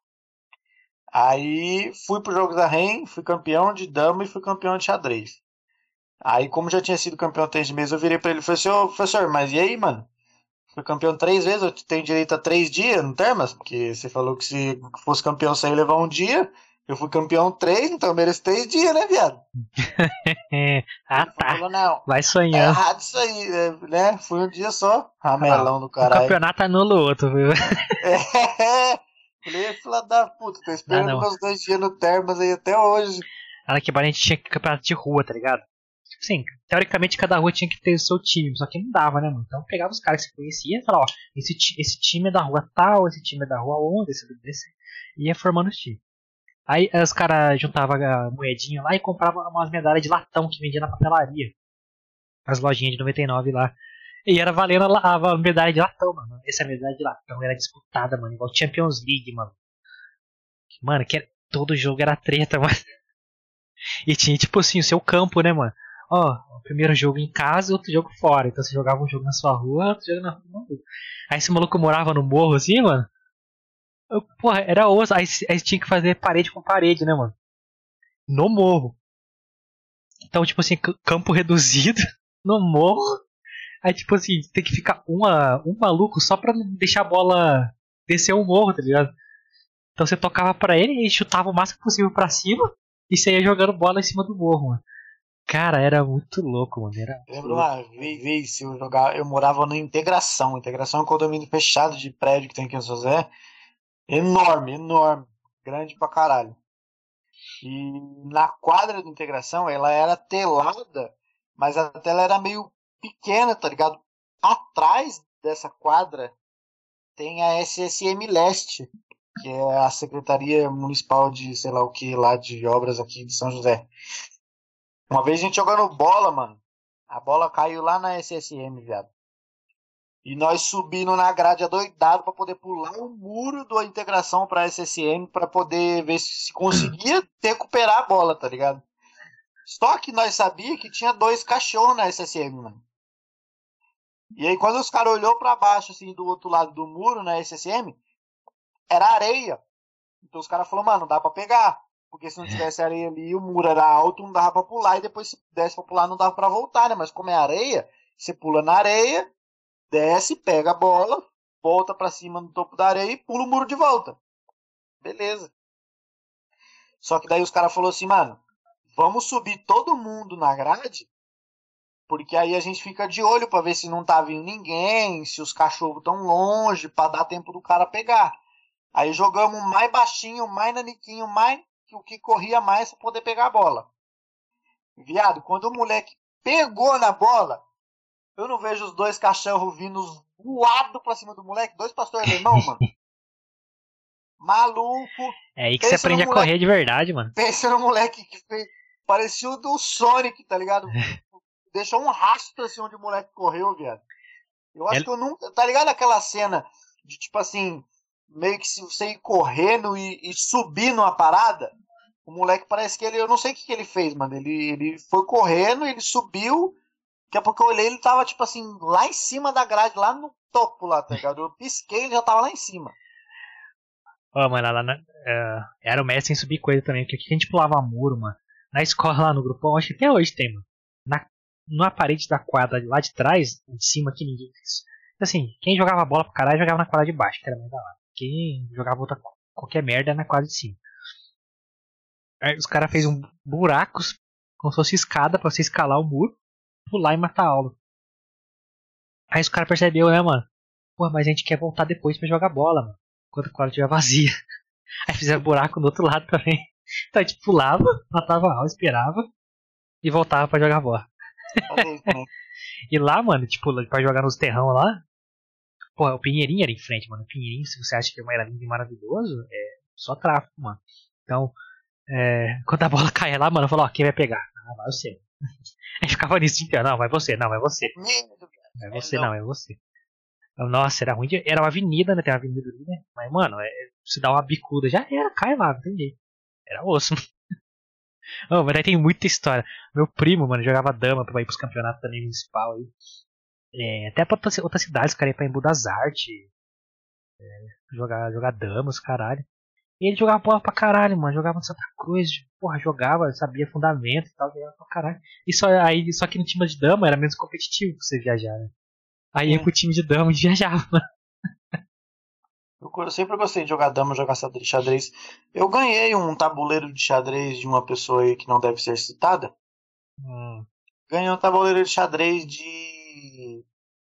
Aí fui pro Jogos da Rei, fui campeão de dama e fui campeão de xadrez. Aí, como já tinha sido campeão de tênis de mesa, eu virei pra ele e falei assim, ô professor, mas e aí, mano? Fui campeão três vezes, eu tenho direito a três dias no Termas? Porque você falou que se fosse campeão só ia levar um dia. Eu fui campeão três, então eu mereço três dias, né, viado? Ah, tá. Falou, não, vai sonhando. É errado isso aí, né? Fui um dia só. Ramelão do caralho. O campeonato anula o outro, viu? É. Falei, filha da puta, tô esperando ah, meus dois dias no Termas aí até hoje. Ela que a gente tinha campeonato de rua, tá ligado? Tipo assim, teoricamente cada rua tinha que ter o seu time, só que não dava, né, mano? Então pegava os caras que você conhecia e falava, ó, esse, esse time é da rua tal, esse time é da rua onde, esse, esse, e ia formando os times. Aí os caras juntavam a moedinha lá e compravam umas medalhas de latão que vendia na papelaria. As lojinhas de noventa e nove lá. E era valendo a, a medalha de latão, mano. Essa medalha de latão era disputada, mano. Igual Champions League, mano. Mano, que era, todo jogo era treta, mano. E tinha, tipo assim, o seu campo, né, mano? Ó, o primeiro jogo em casa e outro jogo fora. Então você jogava um jogo na sua rua, outro jogo na rua. Aí esse maluco morava no morro assim, mano. Eu, porra, era osso. Aí, aí tinha que fazer parede com parede, né, mano? No morro. Então, tipo assim, campo reduzido, no morro. Aí, tipo assim, tem que ficar uma, um maluco só pra não deixar a bola descer o morro, tá ligado? Então você tocava pra ele e chutava o máximo possível pra cima e você ia jogando bola em cima do morro, mano. Cara, era muito louco, mano. Era Lembro uma vez, eu, jogava, eu morava na Integração. Integração é um condomínio fechado de prédio que tem aqui em São José. Enorme, enorme. Grande pra caralho. E na quadra de Integração, ela era telada, mas a tela era meio pequena, tá ligado? Atrás dessa quadra tem a S S M Leste, que é a Secretaria Municipal de, sei lá o que, lá de obras aqui de São José. Uma vez a gente jogando bola, mano, a bola caiu lá na S S M, viado. E nós subindo na grade adoidado pra poder pular o muro da integração pra S S M pra poder ver se conseguia recuperar a bola, tá ligado? Só que nós sabia que tinha dois cachorros na S S M, mano. E aí quando os caras olhou pra baixo, assim, do outro lado do muro, na S S M, era areia. Então os caras falaram, mano, dá pra pegar. Porque se não tivesse areia ali, o muro era alto, não dava pra pular. E depois se desse pra pular, não dava pra voltar, né? Mas como é areia, você pula na areia, desce, pega a bola, volta pra cima no topo da areia e pula o muro de volta. Beleza. Só que daí os caras falaram assim, mano, vamos subir todo mundo na grade, porque aí a gente fica de olho pra ver se não tá vindo ninguém, se os cachorros estão longe, pra dar tempo do cara pegar. Aí jogamos mais baixinho, mais naniquinho, mais o que corria mais pra poder pegar a bola. Viado, quando o moleque pegou na bola, eu não vejo os dois cachorros vindo voado pra cima do moleque, dois pastores alemão, mano. Maluco. É aí que você aprende a moleque, correr de verdade, mano. Pensa no moleque que fez, parecia o do Sonic, tá ligado? Deixou um rastro assim onde o moleque correu, viado. Eu acho Ele... que eu nunca. Tá ligado aquela cena de tipo assim, meio que se você ir correndo e, e subir numa parada? O moleque parece que ele. Eu não sei o que, que ele fez, mano. Ele, ele foi correndo, ele subiu. Daqui a pouco eu olhei, ele tava tipo assim, lá em cima da grade, lá no topo, lá, tá ligado? Eu pisquei, ele já tava lá em cima. Ó, oh, mano, lá na, uh, era o mestre em subir coisa também, porque aqui a gente pulava muro, mano. Na escola lá no grupão, acho que até hoje tem, mano. Na, na parede da quadra lá de trás, em cima, que ninguém fez. Assim, quem jogava bola pra caralho jogava na quadra de baixo, que era mais da lá. Quem jogava outra, qualquer merda na quadra de cima. Aí os caras fez um buracos, como se fosse escada pra você escalar o muro, pular e matar a aula. Aí os caras percebeu, né, mano? Pô, mas a gente quer voltar depois pra jogar bola, mano. Quando a quadra estiver vazia. Aí fizeram buraco do outro lado também. Então a gente pulava, matava a aula, esperava e voltava pra jogar bola. E lá, mano, tipo, pra jogar nos terrão lá, pô, o Pinheirinho era em frente, mano. O Pinheirinho, se você acha que era lindo e maravilhoso, é só tráfico, mano. Então, é, quando a bola caia lá, mano, eu falo, ó, quem vai pegar? Ah, vai você. Aí ficava nisso inteiro, não, vai você, não, vai você. Vai você, não, é você. Nossa, era ruim de... Era uma avenida, né? Tem uma avenida ali, né? Mas, mano, é... se dá uma bicuda, já era, cai lá, não tem jeito. Era osso. Oh, mas aí tem muita história. Meu primo, mano, jogava dama pra ir pros campeonatos também municipal aí. É, até pra outras, outras cidades, cara, ia pra Embu das Artes. É, jogar, jogar damas, caralho. E ele jogava bola pra caralho, mano. Jogava no Santa Cruz, porra, jogava, sabia fundamento e tal, jogava pra caralho. E só, aí, só que no time de dama era menos competitivo pra você viajar, né? Aí ia pro time de dama e viajava. Eu sempre gostei de jogar dama, jogar xadrez. Eu ganhei um tabuleiro de xadrez de uma pessoa aí que não deve ser citada. Hum. Ganhei um tabuleiro de xadrez de...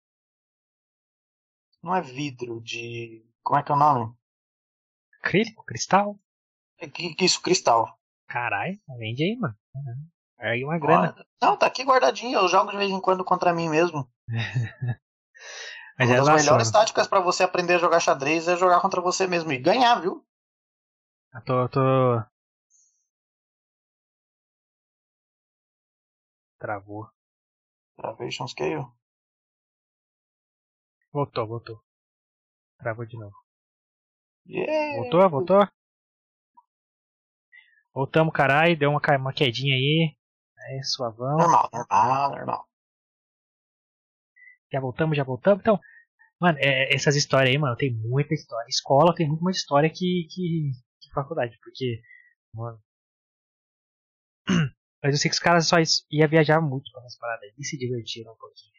Não é vidro, de... Como é que é o nome? Acrílico? Cristal? É que, que isso, cristal. Caralho, vende aí, mano. Uhum. Aí uma grana. Ah, não, tá aqui guardadinho. Eu jogo de vez em quando contra mim mesmo. Mas uma é das nossa, melhores mano. táticas pra você aprender a jogar xadrez é jogar contra você mesmo e ganhar, viu? Eu tô, eu tô... Travou. Travation Scale? Voltou, voltou. Travou de novo. Yeah. Voltou, voltou? Voltamos, caralho. Deu uma, uma quedinha aí. Aí, suavão. Normal, normal, normal. Já voltamos, já voltamos. Então, mano, é, essas histórias aí, mano, tem muita história. Escola tem muito mais história que, que, que faculdade, porque, mano. Mas eu sei que os caras só iam viajar muito pra essas paradas aí e se divertiram um pouquinho.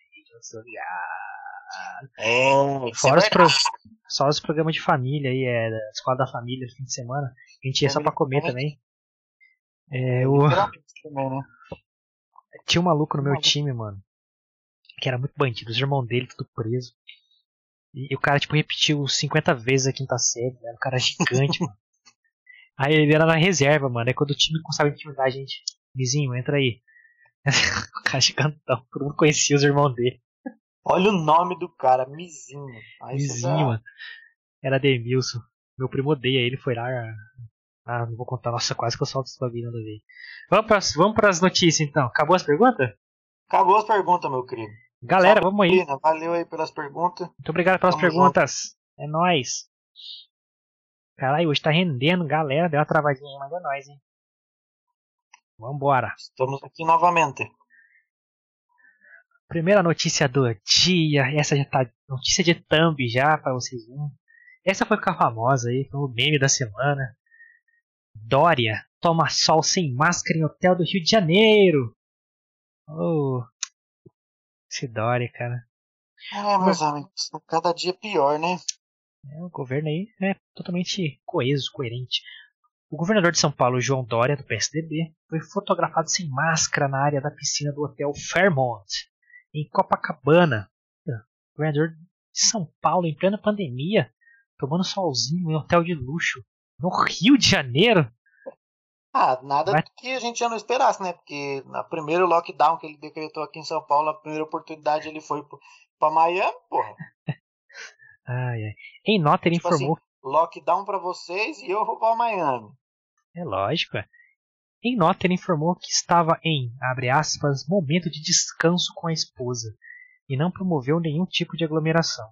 É, Fora os, pro, só os programas de família aí, é, da escola da família, fim de semana. A gente ia só pra comer também. É, o... também, né? Tinha um maluco no meu time, mano, que era muito bandido, os irmãos dele tudo preso. E, e o cara, tipo, repetiu cinquenta vezes a quinta série, né? O cara gigante, mano. Aí ele era na reserva, mano. Aí quando o time não sabe intimidar a gente, vizinho, entra aí. O cara gigantão, todo mundo conhecia os irmãos dele. Olha o nome do cara, Mizinho. Aí Mizinho, mano. Era Demilson. Meu primo odeia ele, foi lá. Ah, não vou contar, nossa, quase que eu solto esse bagulho nada a ver. Vamos pras, vamos pras notícias então. Acabou as perguntas? Acabou as perguntas, meu querido. Galera, vamos aí. Valeu aí pelas perguntas. Muito obrigado pelas Tamo perguntas. Junto. É nóis. Caralho, hoje tá rendendo, galera. Deu uma travadinha aí, mas é nóis, hein? Vambora. Estamos aqui novamente. Primeira notícia do dia. Essa já tá notícia de thumb já, pra vocês verem. Essa foi ficar famosa aí, foi o meme da semana. Dória toma sol sem máscara em hotel do Rio de Janeiro. Oh, esse Dória, cara. É, meus amigos, cada dia pior, né? É, o governo aí é totalmente coeso, coerente. O governador de São Paulo, João Dória, do P S D B, foi fotografado sem máscara na área da piscina do hotel Fairmont, em Copacabana. O governador de São Paulo, em plena pandemia, tomando solzinho em hotel de luxo, no Rio de Janeiro. Ah, nada Vai... que a gente já não esperasse, né? Porque no primeiro lockdown que ele decretou aqui em São Paulo, a primeira oportunidade ele foi pra Miami, porra. Ai, ai. Em nota ele tipo informou... Assim, lockdown pra vocês e eu vou pra Miami. É lógico, é. Em nota ele informou que estava em, abre aspas, momento de descanso com a esposa e não promoveu nenhum tipo de aglomeração.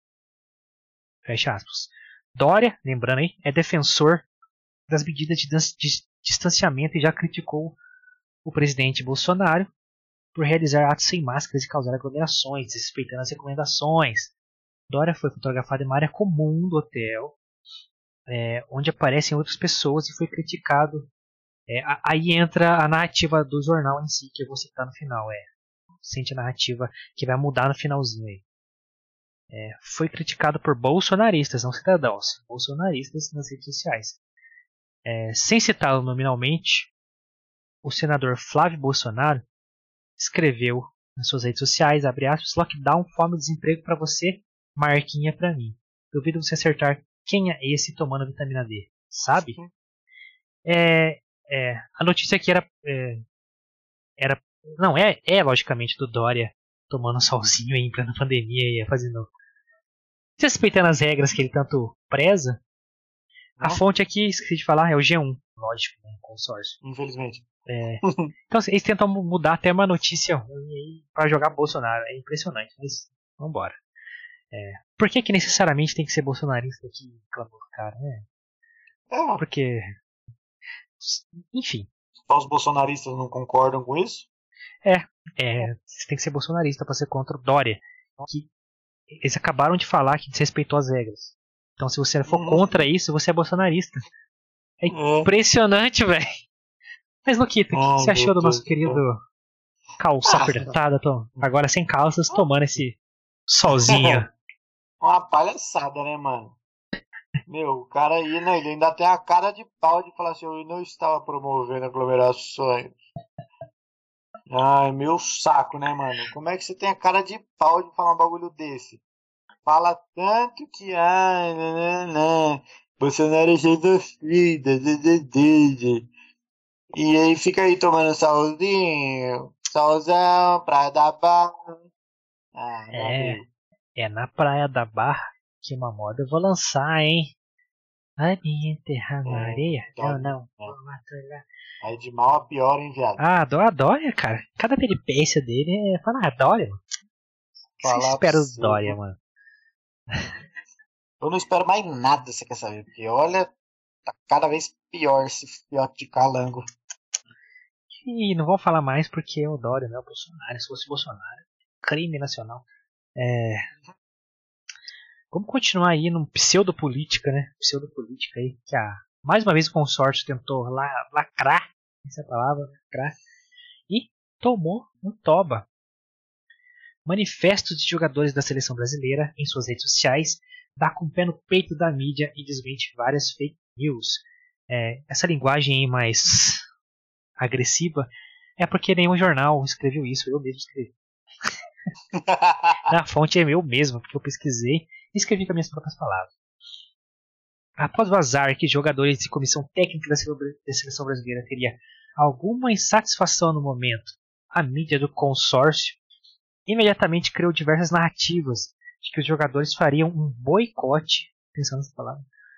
Fecha aspas. Dória, lembrando aí, é defensor das medidas de, de distanciamento e já criticou o presidente Bolsonaro por realizar atos sem máscaras e causar aglomerações, desrespeitando as recomendações. Dória foi fotografado em uma área comum do hotel, é, onde aparecem outras pessoas e foi criticado. É, aí entra a narrativa do jornal em si, que eu vou citar no final. É, sente a narrativa que vai mudar no finalzinho aí. É, foi criticado por bolsonaristas, não cidadãos, bolsonaristas nas redes sociais. É, sem citá-lo nominalmente, o senador Flávio Bolsonaro escreveu nas suas redes sociais, abre aspas, lockdown, fome e desemprego para você, marquinha para mim. Duvido você acertar quem é esse tomando vitamina D, sabe? É, é, a notícia aqui era, é, era não, é, é logicamente do Dória tomando um solzinho em plena pandemia e fazendo... Respeitando as regras que ele tanto preza. A Não? fonte aqui, esqueci de falar, é o G um, lógico, né, consórcio. Infelizmente. É, então eles tentam mudar até uma notícia ruim aí pra jogar Bolsonaro. É impressionante, mas vambora. É, por que que necessariamente tem que ser bolsonarista aqui, clamor, cara? É, É. porque... Enfim. Só os bolsonaristas não concordam com isso? É, é, você tem que ser bolsonarista pra ser contra o Dória. Que eles acabaram de falar que desrespeitou as regras. Então se você for Uhum. contra isso, você é bolsonarista. É impressionante, velho. Mas, Luquita, o que Ai, você achou meu do nosso Deus. querido calça Ah. apertada, Tom? Agora sem calças, tomando esse solzinho. Uma palhaçada, né, mano? Meu, o cara aí, né, ele ainda tem a cara de pau de falar assim, eu não estava promovendo aglomerações. Ai, meu saco, né, mano? Como é que você tem a cara de pau de falar um bagulho desse? Fala tanto que, ai, não, não, não. Bolsonaro é genocida, e aí fica aí tomando solzinho, solzão, praia da barra. Ah, É, valeu. é na Praia da Barra que uma moda eu vou lançar, hein? Vai me enterrar na É, areia? tá, Não, não. né? Vou matar. Aí de mal a pior, hein, viado? Ah, a Dória, cara. Cada peripécia dele é falar, ah, Dória, mano. O que você Falar espera pra do você, Dória, eu- mano? Eu não espero mais nada, você quer saber? Porque olha, tá cada vez pior esse fiote de calango. E não vou falar mais porque é o Dória, não é o Bolsonaro. Se fosse o Bolsonaro, crime nacional. É... Vamos continuar aí num pseudopolítica, né? Pseudopolítica aí, que a... mais uma vez o consórcio tentou la... lacrar, essa é a palavra, lacrar, e tomou um toba. Manifestos de jogadores da seleção brasileira em suas redes sociais dá com o pé no peito da mídia e desmente várias fake news. É, essa linguagem aí mais agressiva é porque nenhum jornal escreveu isso, eu mesmo escrevi. A fonte é meu mesmo, porque eu pesquisei e escrevi com as minhas próprias palavras. Após vazar que jogadores e comissão técnica da seleção brasileira teria alguma insatisfação no momento, a mídia do consórcio imediatamente criou diversas narrativas de que os jogadores fariam um boicote, pensando nessa palavra,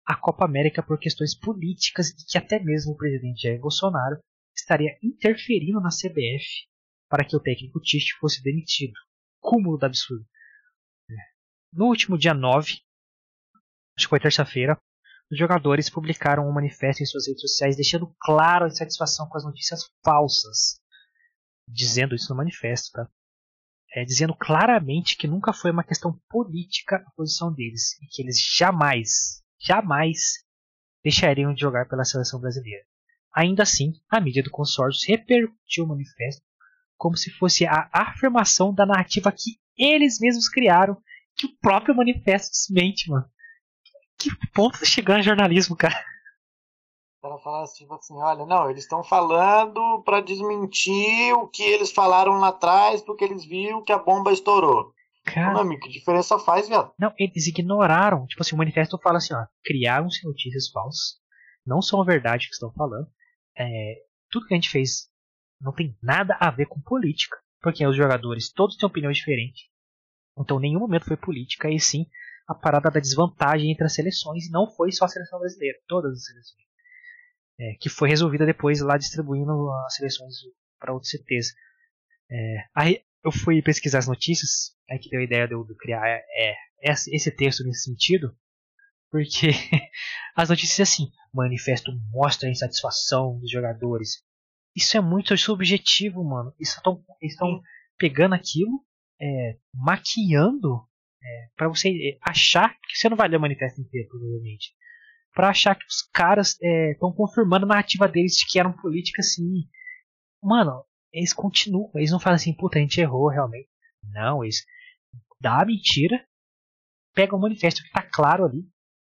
a Copa América por questões políticas e que até mesmo o presidente Jair Bolsonaro estaria interferindo na C B F para que o técnico Tite fosse demitido. Cúmulo do absurdo. No último dia nove, acho que foi terça-feira, os jogadores publicaram um manifesto em suas redes sociais deixando claro a insatisfação com as notícias falsas. Dizendo isso no manifesto, tá? É, dizendo claramente que nunca foi uma questão política a posição deles e que eles jamais, jamais deixariam de jogar pela seleção brasileira. Ainda assim, a mídia do consórcio repercutiu o manifesto como se fosse a afirmação da narrativa que eles mesmos criaram, que o próprio manifesto desmente, mano. Que ponto tá chegando o jornalismo, cara? O cara fala tipo assim, olha, não, eles estão falando pra desmentir o que eles falaram lá atrás, porque eles viram que a bomba estourou. Cara, meu amigo, que diferença faz, viado? Não, eles ignoraram. Tipo assim, o manifesto fala assim, ó, criaram-se notícias falsas, não são a verdade que estão falando. É, tudo que a gente fez não tem nada a ver com política, porque os jogadores todos têm opinião diferente. Então, em nenhum momento foi política, e sim a parada da desvantagem entre as seleções, e não foi só a seleção brasileira, todas as seleções. É, que foi resolvida depois lá distribuindo as seleções para outros C Tês. É, aí eu fui pesquisar as notícias, aí que deu a ideia de eu criar é, é, esse texto nesse sentido, porque as notícias assim, o manifesto mostra a insatisfação dos jogadores. Isso é muito subjetivo, mano. Isso tão, eles estão pegando aquilo, é, maquiando, é, para você achar que você não vai ler o manifesto inteiro, provavelmente. Pra achar que os caras estão é, confirmando a narrativa deles de que eram políticas assim. Mano, eles continuam. Eles não falam assim, puta, a gente errou realmente. Não, eles dão a mentira, pegam o manifesto que tá claro ali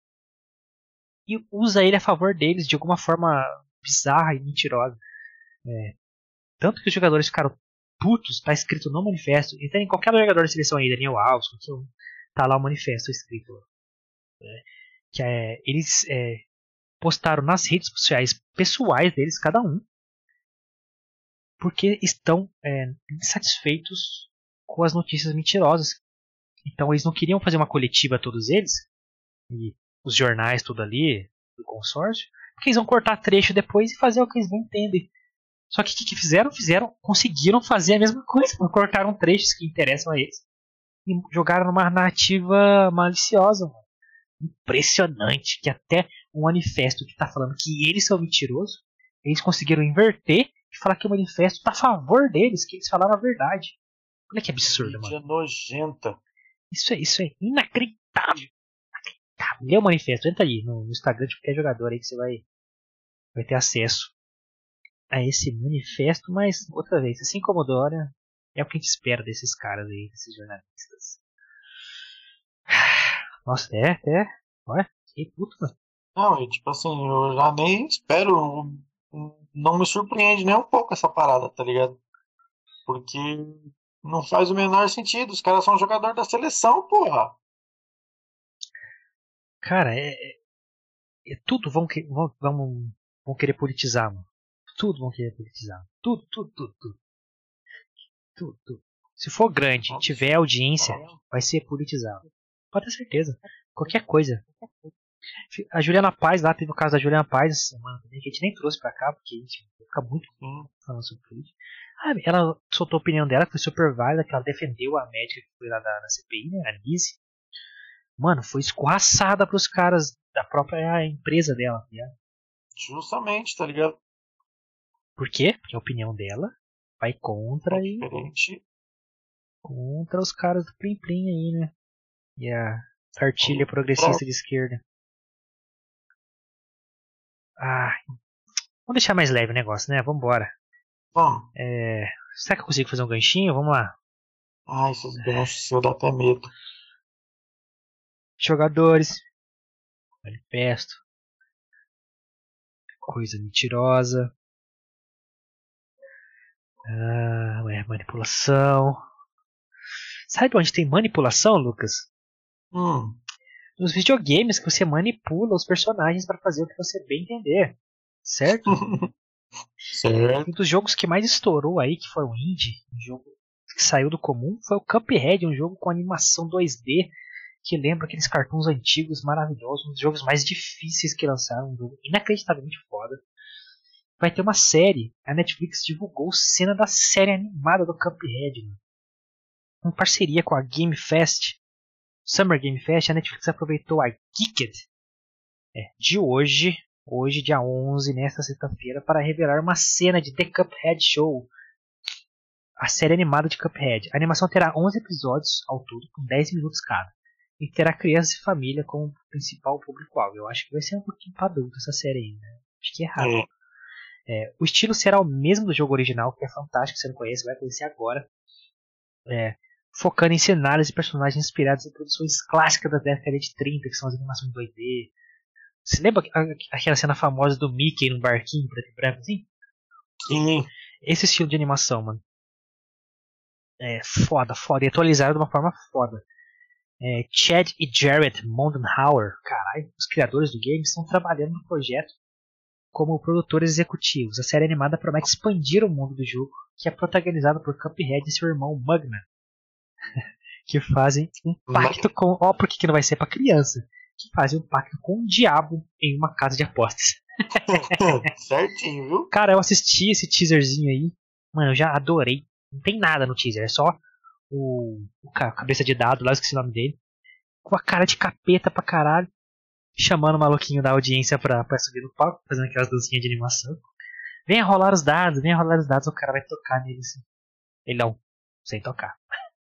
e usa ele a favor deles de alguma forma bizarra e mentirosa. É, tanto que os jogadores ficaram putos, tá escrito no manifesto. E tem qualquer jogador da seleção aí, Daniel Alves, tá lá o manifesto escrito. É, que é, eles é, postaram nas redes sociais pessoais deles, cada um, porque estão é, insatisfeitos com as notícias mentirosas. Então eles não queriam fazer uma coletiva todos eles, e os jornais tudo ali, do consórcio, porque eles vão cortar trecho depois e fazer o que eles bem entendem. Só que o que, que fizeram? Fizeram, conseguiram fazer a mesma coisa, cortaram trechos que interessam a eles e jogaram numa narrativa maliciosa, mano. Impressionante que até um manifesto que está falando que eles são mentirosos, eles conseguiram inverter e falar que o manifesto está a favor deles, que eles falaram a verdade. Olha que absurdo, mano. Que nojenta. Isso é, isso é inacreditável. inacreditável. Lê o manifesto, entra aí no, no Instagram de qualquer jogador aí que você vai, vai ter acesso a esse manifesto, mas outra vez, assim como o Dória, é o que a gente espera desses caras aí, desses jornalistas. Nossa, é, é. Olha, que puto, mano. Não, e tipo assim, eu já nem espero. Não me surpreende nem um pouco essa parada, tá ligado? Porque não faz o menor sentido. Os caras são jogador da seleção, porra. Cara, é. é, é tudo vão, que, vão, vão, vão querer politizar, mano. Tudo vão querer politizar. Tudo, tudo, tudo, tudo. Tudo, tudo. Se for grande e tiver audiência, vai ser politizado. Pode ter certeza. Qualquer coisa. A Juliana Paz, lá teve o caso da Juliana Paz essa semana também, que a gente nem trouxe pra cá, porque a gente fica muito falando sobre política. Ah, ela soltou a opinião dela, que foi super válida, que ela defendeu a médica que foi lá da, da C P I, né, a Nise. Mano, foi escorraçada pros caras da própria empresa dela, tá ligado? Justamente, tá ligado? Por quê? Porque a opinião dela vai contra é e diferente. contra os caras do Plim Plim aí, né? E a cartilha progressista de esquerda. Ah, vamos deixar mais leve o negócio, né? Vambora. Vamos. É, será que eu consigo fazer um ganchinho? Vamos lá. Ai, esses ganchos eu dá até medo. Jogadores. Manifesto. Coisa mentirosa. Ah, é manipulação. Sabe onde tem manipulação, Lucas? Hum. Nos videogames que você manipula os personagens para fazer o que você bem entender. Certo? Certo. Um dos jogos que mais estourou aí, que foi o indie, um jogo que saiu do comum, foi o Cuphead, um jogo com animação dois D que lembra aqueles cartoons antigos maravilhosos, um dos jogos mais difíceis que lançaram, um jogo inacreditavelmente foda. Vai ter uma série, a Netflix divulgou cena da série animada do Cuphead, mano. Em parceria com a Game Fest, Summer Game Fest, a Netflix aproveitou a Geeked é, de hoje, hoje dia onze, nesta sexta-feira, para revelar uma cena de The Cuphead Show, a série animada de Cuphead. A animação terá onze episódios ao todo, com dez minutos cada, e terá crianças e família como principal público-alvo. Eu acho que vai ser um pouquinho para adulto essa série aí, né? Acho que é errado. É. É, o estilo será o mesmo do jogo original, que é fantástico, você não conhece, vai conhecer agora. É, focando em cenários e personagens inspirados em produções clássicas da década de trinta, que são as animações dois D. Você lembra aquela cena famosa do Mickey num barquinho preto e branco assim? Sim. Esse estilo de animação, mano. É foda, foda. E atualizado de uma forma foda. É, Chad e Jared Moldenhauer, caralho, os criadores do game, estão trabalhando no projeto como produtores executivos. A série animada promete expandir o mundo do jogo, que é protagonizado por Cuphead e seu irmão Mugman, que fazem um pacto com... Ó, por que, que não vai ser pra criança? Que fazem um pacto com o diabo em uma casa de apostas. Certinho, viu? Cara, eu assisti esse teaserzinho aí. Mano, eu já adorei. Não tem nada no teaser, é só o, o cabeça de dado, lá eu esqueci o nome dele, com a cara de capeta pra caralho, chamando o maluquinho da audiência pra, pra subir no palco, fazendo aquelas dancinhas de animação. Venha rolar os dados, venha rolar os dados, o cara vai tocar nele assim. Ele não, sem tocar.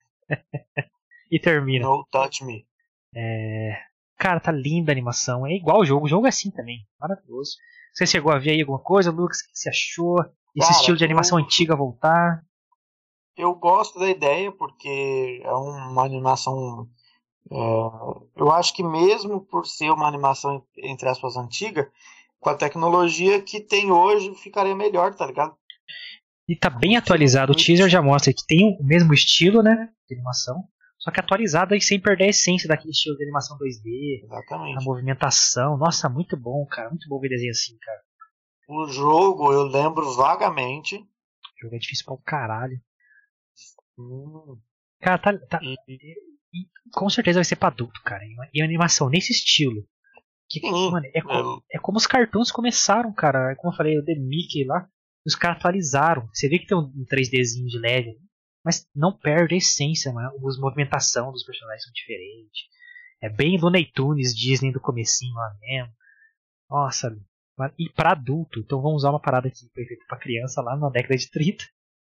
E termina. No touch me. É... Cara, tá linda a animação. É igual o jogo. O jogo é assim também. Maravilhoso. Você chegou a ver aí alguma coisa, Lucas? O que você achou? Esse Cara, estilo de animação eu... antiga voltar? Eu gosto da ideia porque é uma animação. É... Eu acho que mesmo por ser uma animação, entre aspas, antiga, com a tecnologia que tem hoje, ficaria melhor, tá ligado? E tá bem atualizado. O teaser já mostra que tem o mesmo estilo, né? De animação. Só que atualizado e sem perder a essência daquele estilo de animação dois D. Exatamente. A movimentação. Nossa, muito bom, cara. Muito bom ver desenho assim, cara. O jogo eu lembro vagamente. O jogo é difícil pra um caralho. Hum. Cara, tá, tá, E, e com certeza vai ser pra adulto, cara. E a animação nesse estilo. Que, sim, mano, é, co é como os cartoons começaram, cara. Como eu falei, o The Mickey lá. Os caras atualizaram. Você vê que tem um três Dzinho de leve, mas não perde a essência, mano. As movimentação dos personagens são diferentes. É bem Looney Tunes, Disney do comecinho lá mesmo. Nossa, e pra adulto. Então vamos usar uma parada que foi feita pra criança lá na década de trinta.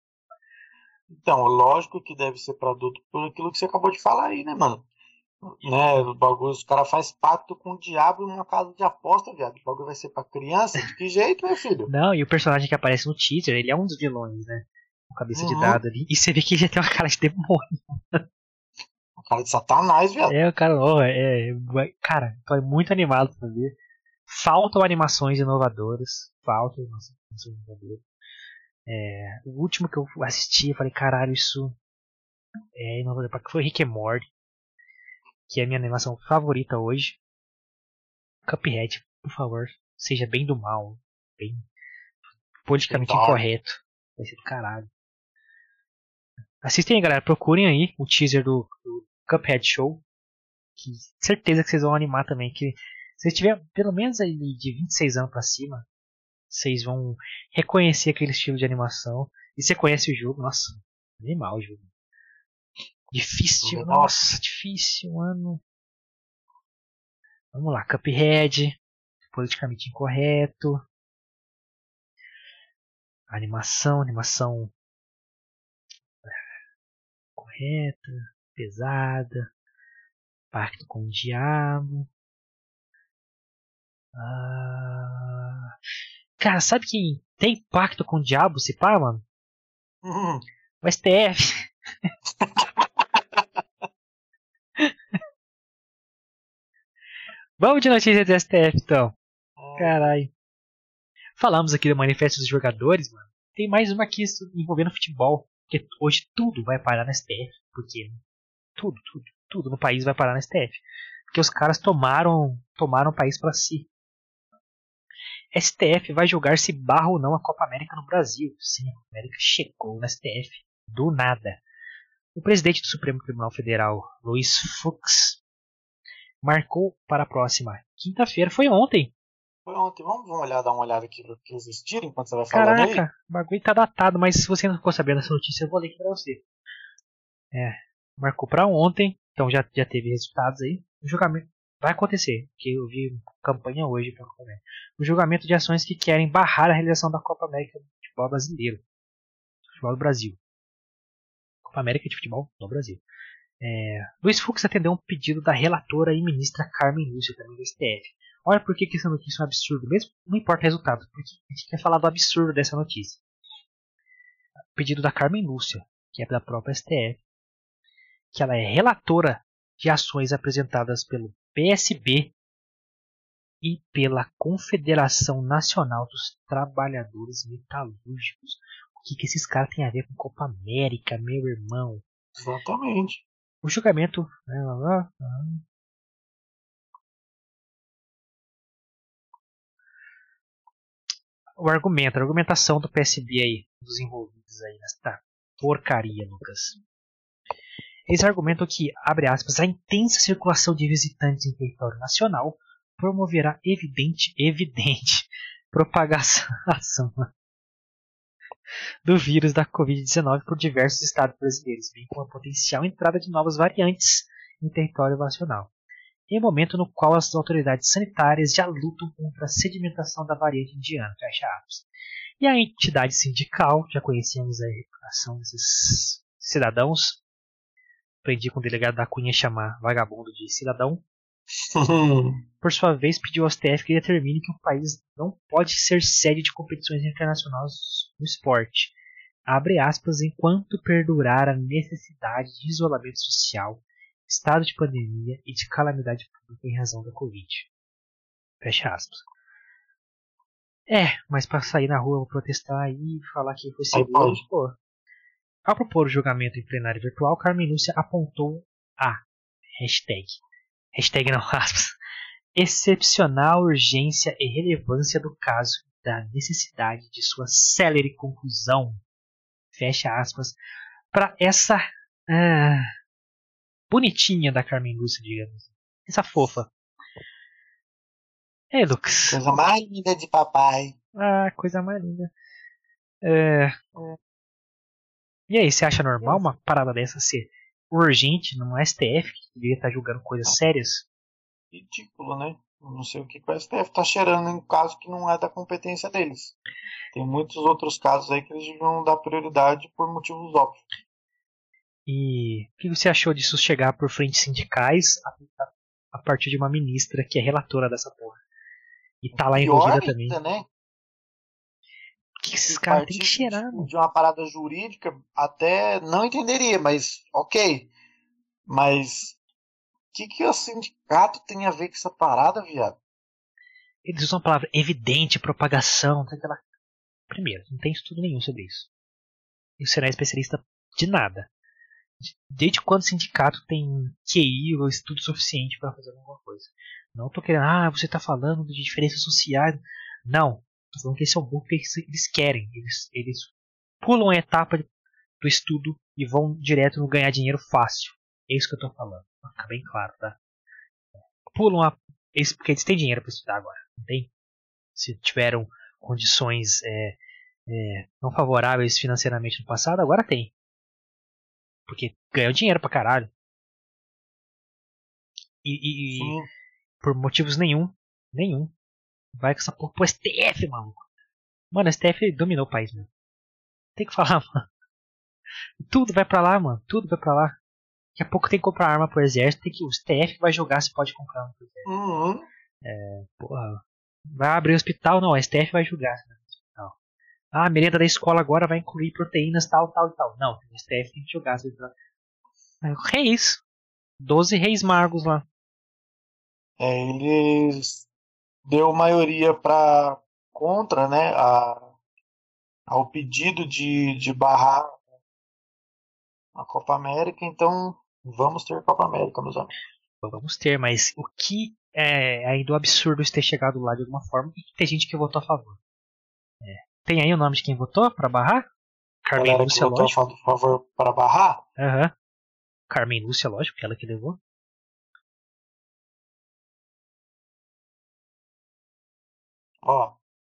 Então, lógico que deve ser pra adulto por aquilo que você acabou de falar aí, né, mano? Né, o bagulho, os caras fazem pacto com o diabo numa casa de aposta, viado. O bagulho vai ser pra criança? De que jeito, meu filho? Não, e o personagem que aparece no teaser, ele é um dos vilões, né? Com cabeça Uhum. de dado ali. E você vê que ele já tem uma cara de demônio. O cara de Satanás, viado. É, o cara, oh, é, é, cara, tô muito animado pra ver. Faltam animações inovadoras. Faltam animações inovadoras. É, o último que eu assisti, eu falei, caralho, isso é inovador. Foi Rick and Morty, que é a minha animação favorita hoje. Cuphead, por favor, seja bem do mal, bem politicamente Então, incorreto. Vai ser do caralho. Assistem aí, galera, procurem aí o teaser do, do Cuphead Show, que certeza que vocês vão animar também. Que se você tiver pelo menos aí de vinte e seis anos pra cima, vocês vão reconhecer aquele estilo de animação. E você conhece o jogo, nossa, animal o jogo. Difícil, Legal. nossa, difícil, mano. Vamos lá, Cuphead, politicamente incorreto. Animação, animação correta, pesada. Pacto com o diabo. Ah... Cara, sabe quem tem pacto com o diabo, se pá, mano? Hum. O S T F. Vamos de notícia do S T F, então. Caralho. Falamos aqui do manifesto dos jogadores, mano. Tem mais uma aqui envolvendo futebol. Porque hoje tudo vai parar na S T F. Porque tudo, tudo, tudo no país vai parar na S T F. Porque os caras tomaram, tomaram o país pra si. S T F vai julgar se barra ou não a Copa América no Brasil. Sim, a Copa América chegou na S T F. Do nada. O presidente do Supremo Tribunal Federal, Luiz Fux, marcou para a próxima quinta-feira. Foi ontem. Foi ontem. Vamos, vamos olhar, dar uma olhada aqui no que existir enquanto você vai falando aí. Caraca, o bagulho tá datado, mas se você não ficou sabendo dessa notícia, eu vou ler aqui pra você. É, marcou pra ontem, então já, já teve resultados aí. O julgamento vai acontecer, porque eu vi campanha hoje pra Copa América. O julgamento de ações que querem barrar a realização da Copa América de futebol brasileiro. Futebol do Brasil. Copa América de futebol no Brasil. É, Luiz Fux atendeu um pedido da relatora e ministra Carmen Lúcia, também do S T F. Olha por que essa notícia é um absurdo, mesmo não importa o resultado, porque a gente quer falar do absurdo dessa notícia. Pedido da Carmen Lúcia, que é da própria S T F, que ela é relatora de ações apresentadas pelo P S B e pela Confederação Nacional dos Trabalhadores Metalúrgicos. O que, que esses caras têm a ver com Copa América, meu irmão? Exatamente. O julgamento... O argumento, a argumentação do P S B aí, dos envolvidos aí nesta porcaria, Lucas. Eles argumentam que, abre aspas, a intensa circulação de visitantes em território nacional promoverá evidente, evidente propagação do vírus da covid dezenove por diversos estados brasileiros, bem como a potencial entrada de novas variantes em território nacional, em momento no qual as autoridades sanitárias já lutam contra a sedimentação da variante indiana, fecha aspas. E a entidade sindical, já conhecemos a reputação desses cidadãos, aprendi com o delegado da Cunha chamar vagabundo de cidadão, por sua vez pediu ao S T F que determine que o país não pode ser sede de competições internacionais no esporte, abre aspas, enquanto perdurar a necessidade de isolamento social, estado de pandemia e de calamidade pública em razão da Covid. Fecha aspas. É, mas para sair na rua protestar e falar que foi seguro, pô. Ao propor o julgamento em plenário virtual, Carmen Lúcia apontou a hashtag, hashtag não, aspas, excepcional urgência e relevância do caso da necessidade de sua célere conclusão, fecha aspas, para essa ah, bonitinha da Carmen Lúcia, digamos. Essa fofa. É, Lucas. Coisa mais linda de papai. Ah, coisa mais linda. É... E aí, você acha normal uma parada dessa ser urgente num S T F que deveria estar julgando coisas sérias? Ridículo, né? Eu não sei o que o S T F está cheirando em um caso que não é da competência deles. Tem muitos outros casos aí que eles deviam dar prioridade por motivos óbvios. E o que você achou disso chegar por frentes sindicais a, a, a partir de uma ministra que é relatora dessa porra? E tá lá envolvida ainda, também. Né? O que esses caras têm que cheirar, mano? De uma parada jurídica, até não entenderia, mas ok. Mas o que, que o sindicato tem a ver com essa parada, viado? Eles usam a palavra evidente, propagação, tem aquela... Primeiro, não tem estudo nenhum sobre isso. E você não é especialista de nada. Desde quando o sindicato tem Q I ou estudo suficiente para fazer alguma coisa? Não tô querendo, ah, você tá falando de diferenças sociais. Não, tô falando que eles são burros porque eles querem. Eles, eles pulam a etapa do estudo e vão direto no ganhar dinheiro fácil. É isso que eu tô falando. Pra ficar bem claro, tá? Pulam a... Eles, porque eles têm dinheiro para estudar agora, não tem? Se tiveram condições é, é, não favoráveis financeiramente no passado, agora tem. Porque ganhou dinheiro pra caralho. E, e, e por motivos nenhum, nenhum, vai com essa porra pro S T F, maluco. Mano, o S T F dominou o país, mano. Tem que falar, mano. Tudo vai pra lá, mano. Tudo vai pra lá. Daqui a pouco tem que comprar arma pro exército. Tem que, o S T F vai jogar se pode comprar arma pro exército. Uhum. É, porra. Vai abrir o hospital? Não, o S T F vai julgar. Não. Ah, a merenda da escola agora vai incluir proteínas tal, tal e tal. Não, o S T F tem que jogar. Reis. Doze reis magos lá. É, eles deu maioria para contra, né, a, ao pedido de, de barrar a Copa América, então vamos ter Copa América, meus amigos. Vamos ter, mas o que é ainda absurdo isso ter chegado lá de alguma forma e tem gente que votou a favor. É. Tem aí o nome de quem votou para barrar? Carmen Lúcia, lógico. Votou a favor para barrar? Aham. Uhum. Carmen Lúcia, lógico, que ela que levou. Ó,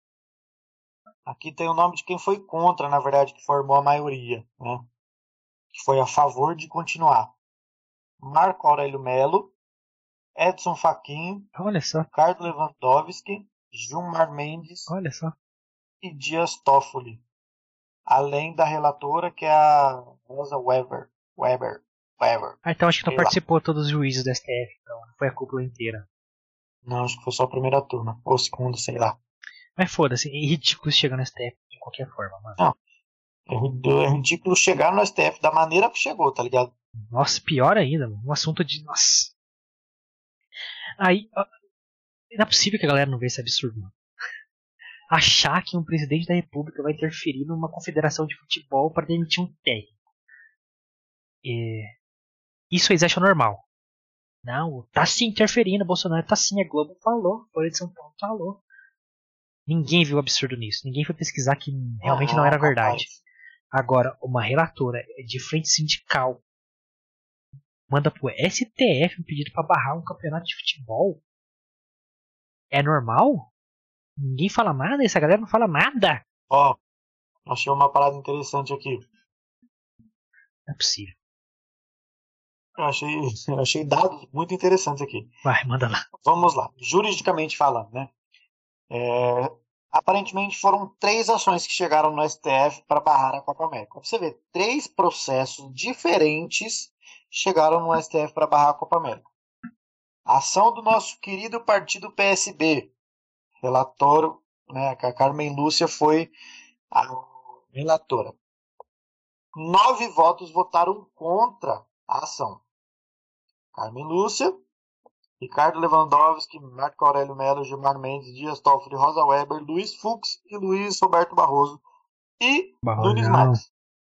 aqui tem o nome de quem foi contra, na verdade, que formou a maioria, né? Que foi a favor de continuar. Marco Aurélio Melo, Edson Fachin, Olha só, Ricardo Lewandowski, Gilmar Mendes olha só. e Dias Toffoli. Além da relatora, que é a Rosa Weber. Weber. Weber. Ah, então acho que não Sei lá. participou todos os juízes do S T F, então. Não foi a cúpula inteira. Não, acho que foi só a primeira turma. Ou segunda, sei lá. Mas foda-se, é ridículo chegar no S T F de qualquer forma, mano. Não. É rid- é ridículo chegar no S T F da maneira que chegou, tá ligado? Nossa, pior ainda, mano. Um assunto de. Nossa. Aí. Ó, não é possível que a galera não veja esse absurdo, mano. Achar que um presidente da república vai interferir numa confederação de futebol para demitir um técnico. É, isso eles acham normal. Não, tá sim interferindo, Bolsonaro tá sim, a Globo falou, Folha de São Paulo falou. Ninguém viu absurdo nisso, ninguém foi pesquisar que realmente não era verdade. Agora, uma relatora de frente sindical manda pro S T F um pedido pra barrar um campeonato de futebol. É normal? Ninguém fala nada? Essa galera não fala nada? Ó, achei uma parada interessante aqui. Não é possível. Eu achei, eu achei dados muito interessantes aqui. Vai, manda lá. Vamos lá. Juridicamente falando, né? É, aparentemente foram três ações que chegaram no S T F para barrar a Copa América. Pra você ver, três processos diferentes chegaram no S T F para barrar a Copa América. A ação do nosso querido partido P S B. Relator, né, a Carmen Lúcia foi a relatora. Nove votos votaram contra a ação. Carmen Lúcia, Ricardo Lewandowski, Marco Aurélio Melo, Gilmar Mendes, Dias Toffoli, Rosa Weber, Luiz Fux e Luiz Roberto Barroso e Barrosão. Nunes Marques.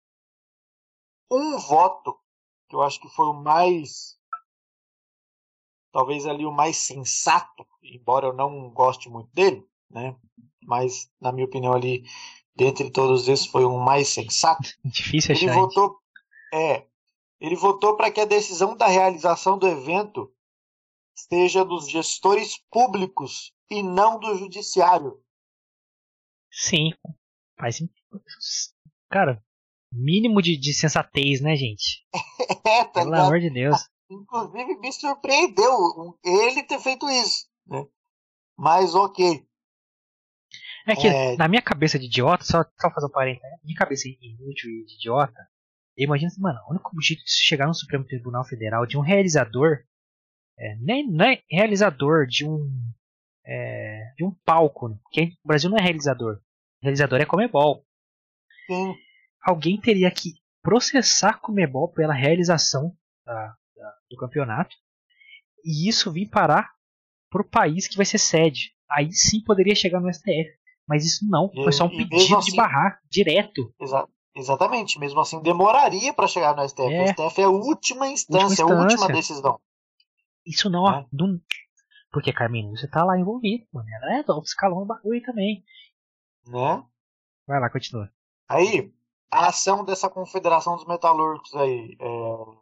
Um voto, que eu acho que foi o mais, talvez ali o mais sensato, embora eu não goste muito dele, né? Mas na minha opinião ali, dentre todos esses, foi o mais sensato. Difícil Ele achar. votou, é, ele votou para que a decisão da realização do evento seja dos gestores públicos e não do judiciário. Sim, faz sentido. Cara, mínimo de, de sensatez, né, gente? É, tá Pelo ligado? amor de Deus. Inclusive me surpreendeu ele ter feito isso, né? Mas ok. É que É, na minha cabeça de idiota, só, só fazer um parênteses, né? Minha cabeça inútil e de idiota, eu imagino assim, mano, o único jeito de chegar no Supremo Tribunal Federal de um realizador, é, nem não é realizador de um é, de um palco, né? Porque o Brasil não é realizador. Realizador é Comebol. sim, Alguém teria que processar Comebol pela realização da, da, do campeonato e isso vir parar pro país que vai ser sede. Aí sim poderia chegar no S T F. Mas isso não, foi só um e, e pedido assim, de barrar direto. Exa exatamente, mesmo assim demoraria para chegar no S T F. É, o S T F é a última instância, última a última instância. decisão. Isso não, Né? não porque a Carmen Lúcia tá lá envolvida, mano. Ela é do escalão do bagulho também. Né? Vai lá, continua. Aí, a ação dessa Confederação dos Metalúrgicos aí, é,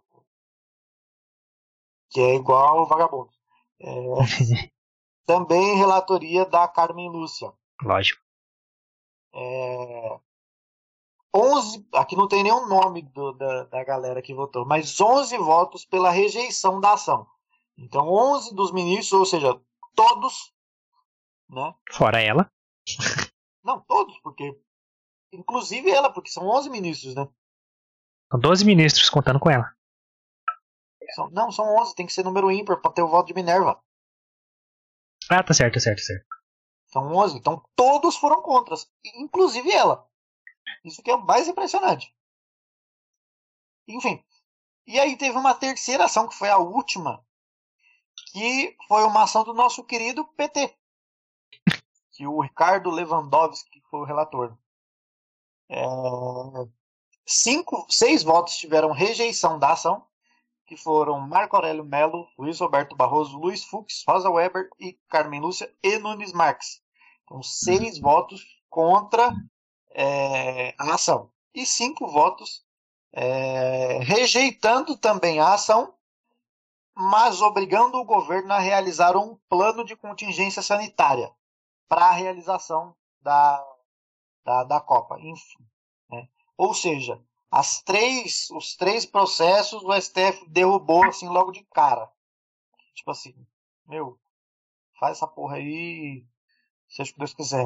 que é igual ao vagabundo. É, também relatoria da Carmen Lúcia. Lógico. É, onze, aqui não tem nenhum nome do, da, da galera que votou, mas onze votos pela rejeição da ação. Então, onze dos ministros, ou seja, todos, né? Fora ela. Não, todos, porque inclusive ela, porque são onze ministros, né? São doze ministros contando com ela. São, não, são onze, tem que ser número ímpar para ter o voto de Minerva. Ah, tá certo, tá certo, tá certo. São onze, então todos foram contras, inclusive ela. Isso que é o mais impressionante. Enfim, e aí teve uma terceira ação, que foi a última, que foi uma ação do nosso querido P T, que o Ricardo Lewandowski foi o relator. É, cinco, seis votos tiveram rejeição da ação, que foram Marco Aurélio Melo, Luiz Roberto Barroso, Luiz Fux, Rosa Weber e Carmen Lúcia e Nunes Marques. Então, seis votos contra é, a ação. E cinco votos é, rejeitando também a ação, mas obrigando o governo a realizar um plano de contingência sanitária. para a realização da, da, da Copa. Enfim, né? Ou seja, as três, os três processos o S T F derrubou assim logo de cara. Tipo assim, meu, faz essa porra aí, seja o que Deus quiser.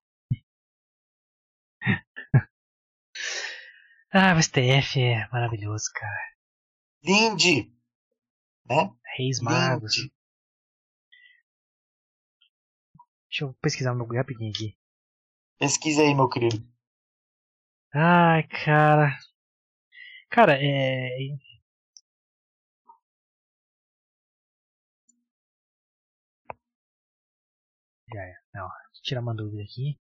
Ah, o S T F é maravilhoso, cara. Linde, né? Reis Magos. Linde. Deixa eu pesquisar no Google rapidinho aqui. Pesquisa aí, meu querido. Ai, cara. Cara, é. Já é. Não, tirar uma dúvida aqui.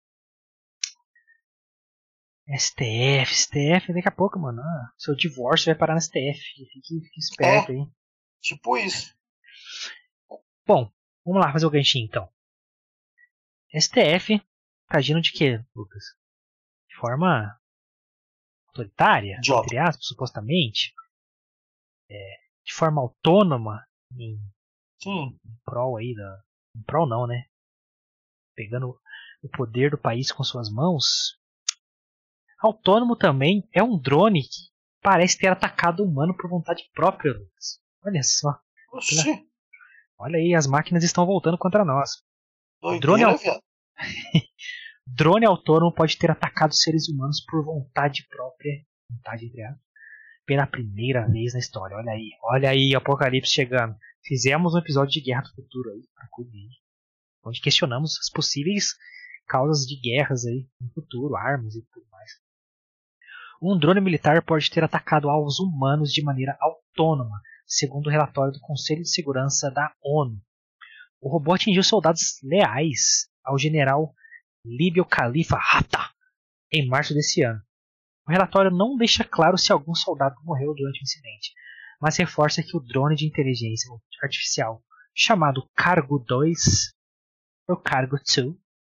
S T F, S T F, daqui a pouco, mano. Ah, seu divórcio vai parar no S T F. Fique, fique esperto É, aí. tipo isso. Bom, vamos lá fazer o ganchinho então. S T F tá agindo de quê, Lucas? De forma autoritária, Idiota. entre aspas, supostamente. É, de forma autônoma, em Sim. prol aí da. Em prol não, né? Pegando o poder do país com suas mãos. Autônomo também é um drone que parece ter atacado o humano por vontade própria, Lucas. Olha só. Oxi. Olha aí, as máquinas estão voltando contra nós. Drone, Doideira, au... viado. drone autônomo pode ter atacado seres humanos por vontade própria. Vontade entre aspas. Pela primeira vez na história. Olha aí. Olha aí, Apocalipse chegando. Fizemos um episódio de Guerra do Futuro aí. Onde questionamos as possíveis causas de guerras aí no futuro, armas e tudo mais. Um drone militar pode ter atacado alvos humanos de maneira autônoma, segundo o relatório do Conselho de Segurança da ONU. O robô atingiu soldados leais ao general Líbio Khalifa Haftar em março desse ano. O relatório não deixa claro se algum soldado morreu durante o incidente, mas reforça que o drone de inteligência artificial chamado Cargo dois, ou Cargo dois,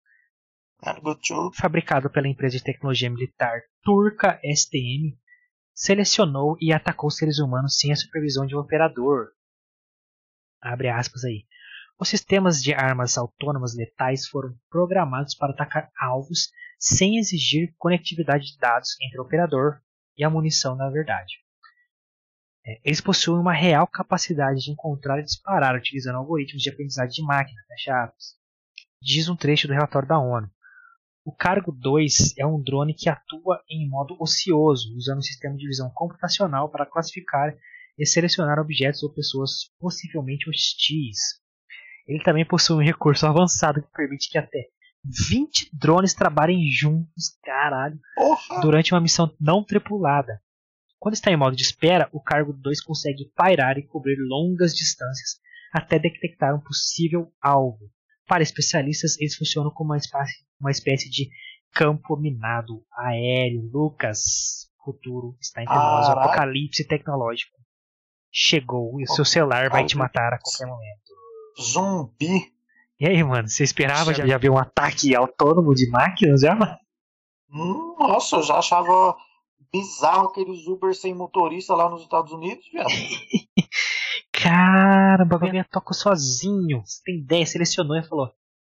fabricado pela empresa de tecnologia militar turca S T M, selecionou e atacou seres humanos sem a supervisão de um operador. Abre aspas aí. Os sistemas de armas autônomas letais foram programados para atacar alvos sem exigir conectividade de dados entre o operador e a munição, na verdade. É, eles possuem uma real capacidade de encontrar e disparar utilizando algoritmos de aprendizagem de máquina, fecha aspas, diz um trecho do relatório da ONU. O Cargo dois é um drone que atua em modo ocioso, usando um sistema de visão computacional para classificar e selecionar objetos ou pessoas possivelmente hostis. Ele também possui um recurso avançado que permite que até vinte drones trabalhem juntos, caralho, Porra. durante uma missão não tripulada. Quando está em modo de espera, o Cargo dois consegue pairar e cobrir longas distâncias até detectar um possível alvo. Para especialistas, eles funcionam como uma espécie, uma espécie de campo minado aéreo. Lucas, o futuro está entre nós, o apocalipse tecnológico chegou e o seu celular vai te matar a qualquer momento. Zumbi. E aí, mano, você esperava já, já ver um ataque autônomo de máquinas já, mano? Hum, nossa, eu já achava bizarro aqueles Uber sem motorista lá nos Estados Unidos, viado. Cara, o bagulho toca sozinho. Você tem ideia? Selecionou e falou: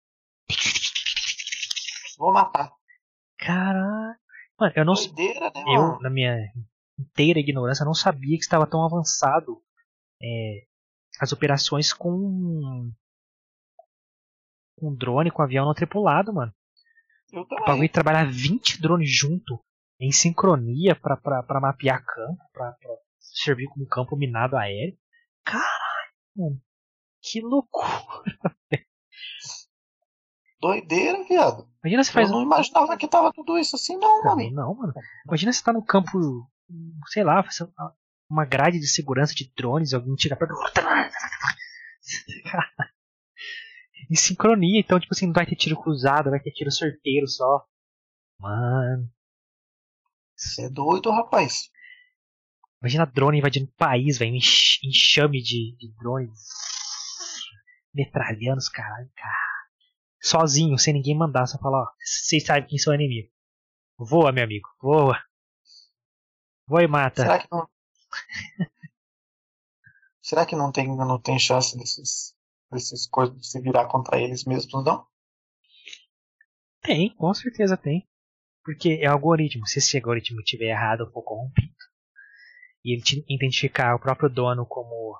vou matar. Caralho. Mano, eu não Doideira, né, eu, mano? na minha inteira ignorância, não sabia que estava tão avançado é, as operações com com drone, com avião não tripulado, mano. Eu O bagulho trabalhar vinte drones junto, em sincronia, pra, pra, pra mapear campo, pra, pra servir como campo minado aéreo. Caralho, mano. Que loucura. Doideira, viado. Imagina você faz eu não imaginava que tava tudo isso assim, não, Também mano. não, mano. Imagina você tá no campo, sei lá, uma grade de segurança de drones, alguém tira pra. Em sincronia, então, tipo assim, não vai ter tiro cruzado, vai ter tiro certeiro só. Mano. Você é doido, rapaz. Imagina drone invadindo o país, velho. Enxame de, de drones. Metralhando os caralho, cara. Sozinho, sem ninguém mandar, só falar, ó, vocês sabem quem são o inimigo. Voa, meu amigo, voa. Voa e mata. Será que não. Será que não tem, não tem chance desses, desses coisas de se virar contra eles mesmos, não? Tem, com certeza tem. Porque é algoritmo. Se esse algoritmo estiver errado ou for corrompido, e ele te identificar o próprio dono como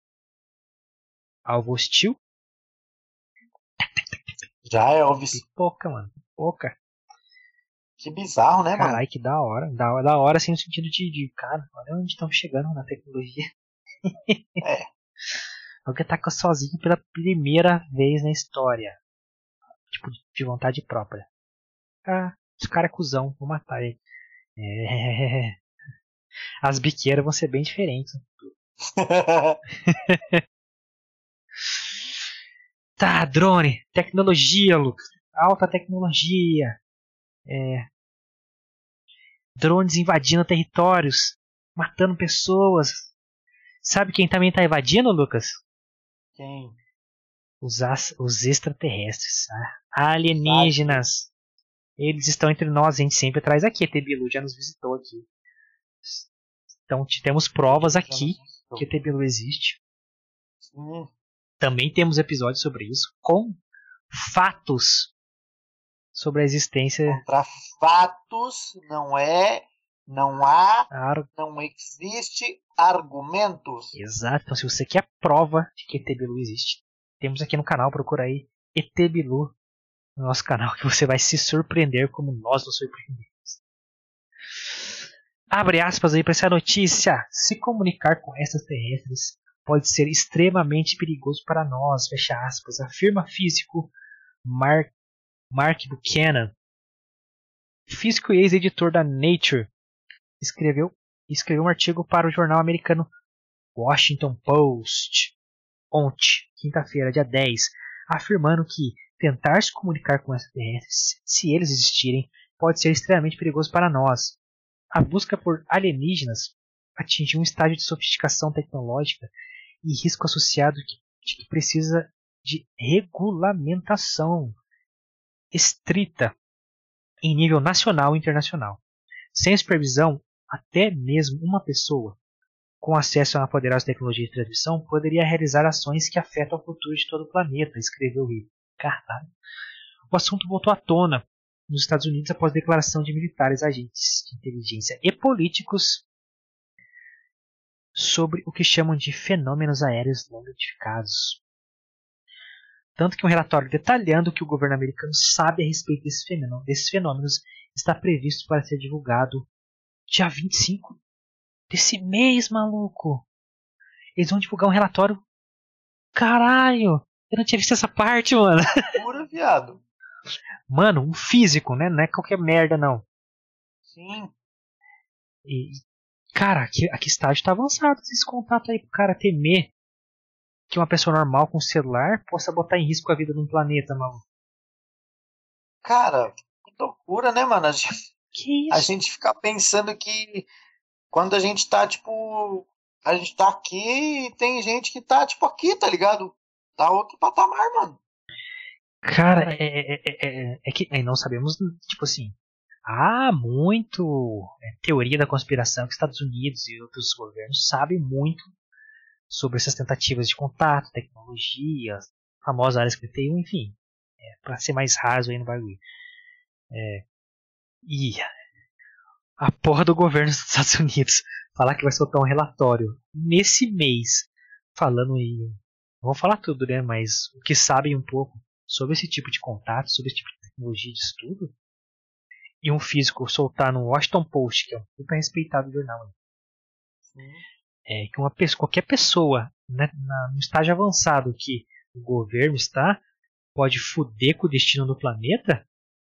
alvo hostil, Já é Elvis. pipoca, mano. Pipoca. Que bizarro, né, mano? Caralho, que da hora. Da, da hora, assim, no sentido de, de cara, olha onde estamos chegando na tecnologia. É. Alguém ataca sozinho pela primeira vez na história. Tipo, de vontade própria. Ah, esse cara é cuzão, vou matar ele. É. As biqueiras vão ser bem diferentes. Tá, drone. Tecnologia, Lucas. Alta tecnologia. É. Drones invadindo territórios. Matando pessoas. Sabe quem também tá invadindo, Lucas? Quem? Os, as, os extraterrestres. Ah, alienígenas. Eles estão entre nós, a gente sempre traz aqui. A T Bilu já nos visitou aqui. Então temos provas aqui que a T Bilu existe. Sim. Também temos episódios sobre isso, com fatos sobre a existência. Contra fatos não é, não há, Ar... não existe argumentos. Exato. Então, se você quer prova de que E T Bilu existe, temos aqui no canal, procura aí E T Bilu no nosso canal, que você vai se surpreender como nós nos surpreendemos. Abre aspas aí para essa notícia. Se comunicar com extraterrestres pode ser extremamente perigoso para nós, fecha aspas, afirma físico Mark, Mark Buchanan, físico e ex-editor da Nature, escreveu, escreveu um artigo para o jornal americano Washington Post ontem, quinta-feira, dia dez, afirmando que tentar se comunicar com extraterrestres, se eles existirem, pode ser extremamente perigoso para nós. A busca por alienígenas atingiu um estágio de sofisticação tecnológica e risco associado que, de que precisa de regulamentação estrita em nível nacional e internacional. Sem supervisão, até mesmo uma pessoa com acesso a uma poderosa tecnologia de transmissão poderia realizar ações que afetam o futuro de todo o planeta, escreveu ele. Caralho. O assunto voltou à tona nos Estados Unidos após a declaração de militares, agentes de inteligência e políticos sobre o que chamam de fenômenos aéreos não identificados. Tanto que um relatório detalhando o que o governo americano sabe a respeito desses fenômenos, desses fenômenos está previsto para ser divulgado dia vinte e cinco desse mês, maluco. Eles vão divulgar um relatório. Caralho! Eu não tinha visto essa parte, mano. Pura, viado. Mano, um físico, né? Não é qualquer merda, não. Sim. E, cara, aqui, aqui estágio tá avançado esse contato aí pro cara temer que uma pessoa normal com celular possa botar em risco a vida de um planeta, maluco. Cara, que loucura, né, mano? A gente, Que isso? a gente fica pensando que quando a gente tá, tipo, a gente tá aqui e tem gente que tá, tipo, aqui, tá ligado? Tá outro patamar, mano. Cara, é, é, é, é, é que é, não sabemos, tipo assim, há muito é, teoria da conspiração que os Estados Unidos e outros governos sabem muito sobre essas tentativas de contato, tecnologia, famosas áreas cinquenta e um, enfim, é, para ser mais raso aí no bagulho. É, e a porra do governo dos Estados Unidos falar que vai soltar um relatório nesse mês, falando em. Não vou falar tudo, né? Mas o que sabem um pouco sobre esse tipo de contato, sobre esse tipo de tecnologia de estudo, e um físico soltar no Washington Post, que é um super respeitado jornal, é que uma pessoa, qualquer pessoa, né, na, no estágio avançado que o governo está, pode foder com o destino do planeta.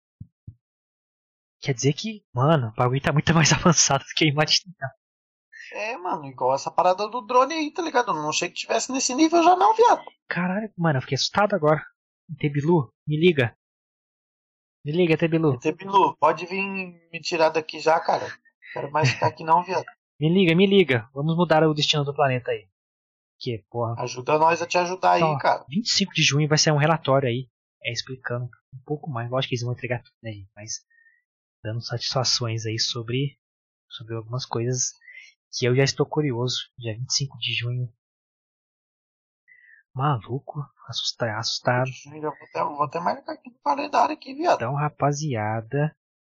Quer dizer que, mano, o bagulho tá muito mais avançado do que eu imaginava. É, mano, igual essa parada do drone aí, tá ligado? Eu não achei que tivesse nesse nível já não, viado. Caralho, mano, eu fiquei assustado agora. T Bilu, me liga. Me liga, T Bilu. E T Bilu, pode vir me tirar daqui já, cara. Quero mais ficar aqui não, viado. Me liga, me liga. Vamos mudar o destino do planeta aí. Que, porra. Ajuda nós a te ajudar aí, Então, cara. vinte e cinco de junho vai sair um relatório aí, é, explicando um pouco mais. Lógico que eles vão entregar tudo, né, mas dando satisfações aí sobre, sobre algumas coisas que eu já estou curioso. Dia vinte e cinco de junho. Maluco, assustado, assustado. Eu vou até, vou até marcar aqui no calendário aqui, viado. Então, rapaziada,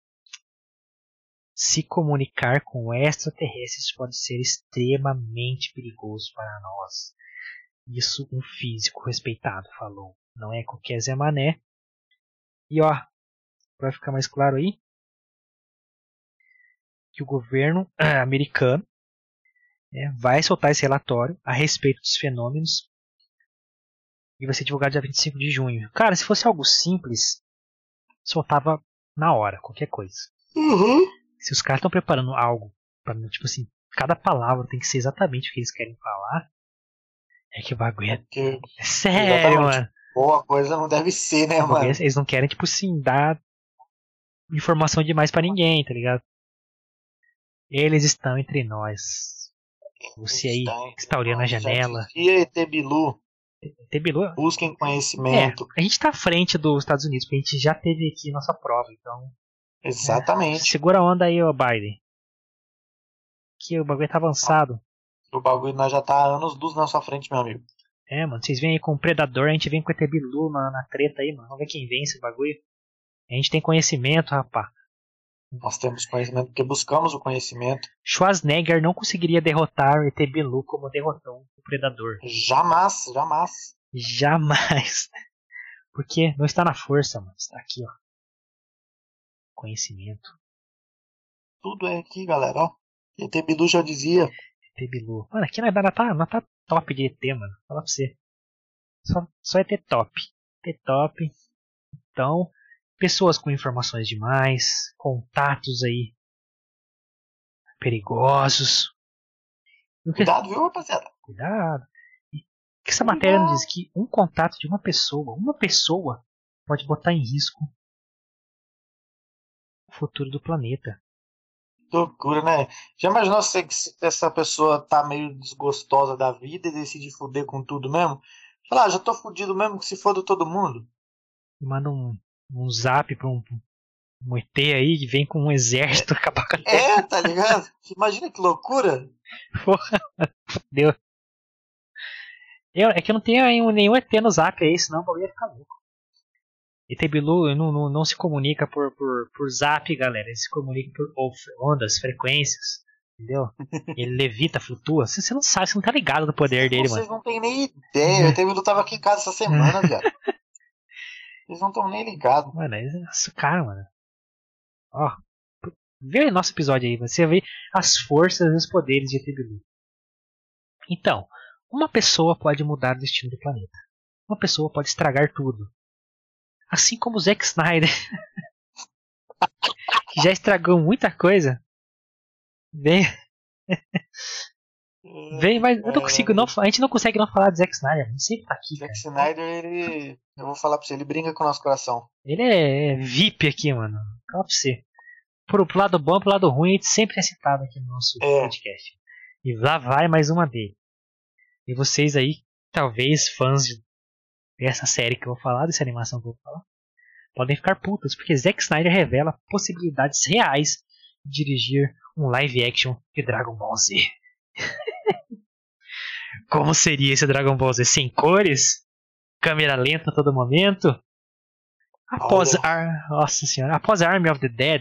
se comunicar com extraterrestres pode ser extremamente perigoso para nós. Isso um físico respeitado falou. Não é qualquer Zé Mané. E ó, para ficar mais claro aí, que o governo ah, americano né, vai soltar esse relatório a respeito dos fenômenos e vai ser divulgado dia vinte e cinco de junho. Cara, se fosse algo simples, soltava na hora, qualquer coisa. Uhum. Se os caras estão preparando algo, pra, tipo assim, cada palavra tem que ser exatamente o que eles querem falar, é que o bagulho é, Que, é sério, exatamente. mano. Boa coisa não deve ser, né, mano? Eles não querem, tipo assim, dar informação demais pra ninguém, tá ligado? Eles estão entre nós. Você aí que está olhando na janela. E E T Bilu, E T Bilu, busquem é, conhecimento. a gente tá à frente dos Estados Unidos, porque a gente já teve aqui nossa prova, então. Exatamente. É, segura a onda aí, ô Biden. Que o bagulho tá avançado. O bagulho nós já tá há anos luz na nossa frente, meu amigo. É, mano, vocês vêm aí com o Predador, a gente vem com o E T Bilu na, na treta aí, mano. Vamos ver quem vence o bagulho. A gente tem conhecimento, rapá. Nós temos conhecimento porque buscamos o conhecimento. Schwarzenegger não conseguiria derrotar o E T Bilu como derrotou o Predador. Jamais, jamais. Jamais. Porque não está na força, mano. Está aqui, ó. Conhecimento. Tudo é aqui, galera, ó. E T Bilu já dizia. E T Bilu. Mano, aqui não tá, não tá top de E T, mano. Fala pra você. Só, só E T top. E T top. Então, pessoas com informações demais. Contatos aí. Perigosos. Cuidado, viu, rapaziada? Cuidado. E que essa matéria nos diz que um contato de uma pessoa, uma pessoa, pode botar em risco o futuro do planeta. Loucura, né? Já imaginou se essa pessoa tá meio desgostosa da vida e decide foder com tudo mesmo? Fala, ah, já tô fudido mesmo, que se foda todo mundo. Manda um, um zap pra um, um E T aí que vem com um exército acabar com a Terra. É, tá ligado? Imagina que loucura. Porra, fodeu. Eu, é que eu não tenho nenhum E T no zap aí, senão o bagulho ia ficar louco. E T Bilu não, não, não se comunica por, por, por zap, galera. Ele se comunica por ondas, frequências. Entendeu? Ele levita, flutua. Você, você não sabe, você não tá ligado do poder dele, Vocês mano. Vocês não tem nem ideia. O T Bilu tava aqui em casa essa semana, viado. Vocês não estão nem ligados. Mano, esse cara, mano. Ó, vê o nosso episódio aí. Você vê as forças e os poderes de E T Bilu. Então, uma pessoa pode mudar o destino do planeta. Uma pessoa pode estragar tudo. Assim como o Zack Snyder, que já estragou muita coisa. Vem, vem, mas eu não consigo não, a gente não consegue não falar de Zack Snyder. A gente sempre tá aqui, Zack cara. Snyder, ele, eu vou falar pra você, ele brinca com o nosso coração. Ele é V I P aqui, mano. Fala pra você. Pro, pro lado bom, pro lado ruim, a gente sempre é citado aqui no nosso É. podcast. E lá vai mais uma dele. E vocês aí, talvez fãs de, dessa série que eu vou falar, dessa animação que eu vou falar, podem ficar putas, porque Zack Snyder revela possibilidades reais de dirigir um live action de Dragon Ball Z. Como seria esse Dragon Ball Z? Sem cores? Câmera lenta a todo momento? Após Ar... Nossa senhora, após Army of the Dead,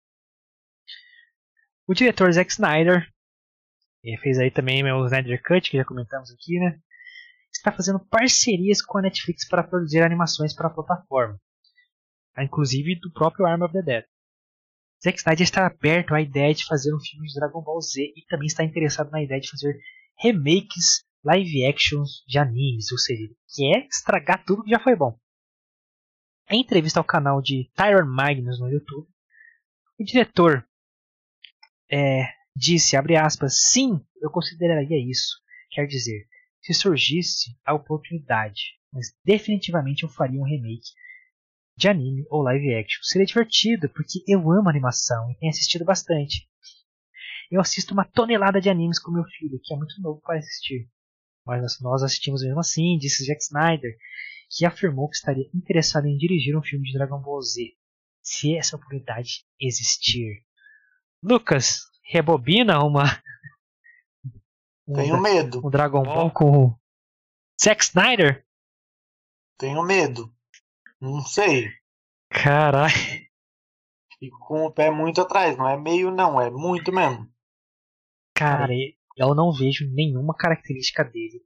o diretor Zack Snyder, ele fez aí também o Snyder Cut, que já comentamos aqui, né? Está fazendo parcerias com a Netflix para produzir animações para a plataforma, inclusive do próprio Army of the Dead. Zack Snyder está aberto à ideia de fazer um filme de Dragon Ball Z e também está interessado na ideia de fazer remakes live actions de animes, ou seja, ele quer estragar tudo que já foi bom. Em entrevista ao canal de Tyron Magnus no YouTube, o diretor é, disse, abre aspas, sim, eu consideraria isso. Quer dizer, se surgisse a oportunidade, mas definitivamente eu faria um remake de anime ou live action. Seria divertido, porque eu amo animação e tenho assistido bastante. Eu assisto uma tonelada de animes com meu filho, que é muito novo para assistir. Mas nós assistimos mesmo assim, disse Zack Snyder, que afirmou que estaria interessado em dirigir um filme de Dragon Ball Z, se essa oportunidade existir. Lucas, rebobina uma... Um, Tenho medo. Um Dragon Ball com Zack Snyder? Tenho medo. Não sei. Caralho. Fico com o pé muito atrás. Não é meio, não. É muito mesmo. Cara, eu não vejo nenhuma característica dele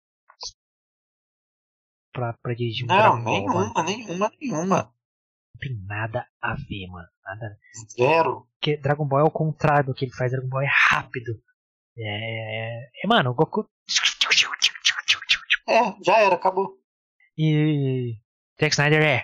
pra, pra dirigir um Não, Dragon Ball, nenhuma, mano. nenhuma, nenhuma. Não tem nada a ver, mano. Nada. Zero. Porque Dragon Ball é o contrário do que ele faz. Dragon Ball é rápido. É, é mano, o Goku. É, já era, acabou. E Zack Snyder é.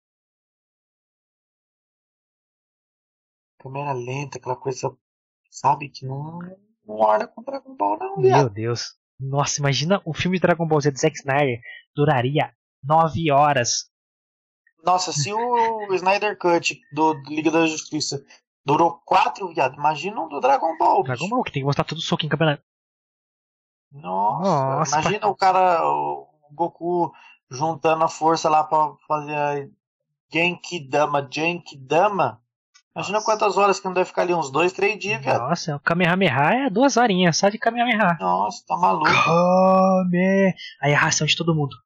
Câmera lenta, aquela coisa, sabe, que não, não orna com Dragon Ball, não, Meu viado. Deus. Nossa, imagina o filme de Dragon Ball Z de Zack Snyder duraria nove horas. Nossa, se o Snyder Cut do Liga da Justiça durou quatro, viado, imagina um do Dragon Ball. Dragon bicho. Ball, que tem que mostrar tudo soco em câmera. Nossa, Nossa, imagina o cara, o Goku juntando a força lá pra fazer a Genkidama, Genkidama. Imagina Nossa. quantas horas que não deve ficar ali, uns dois, três dias, viado. Nossa, o Kamehameha é duas horinhas, só de Kamehameha. Nossa, tá maluco. Kame. Aí a ração de todo mundo.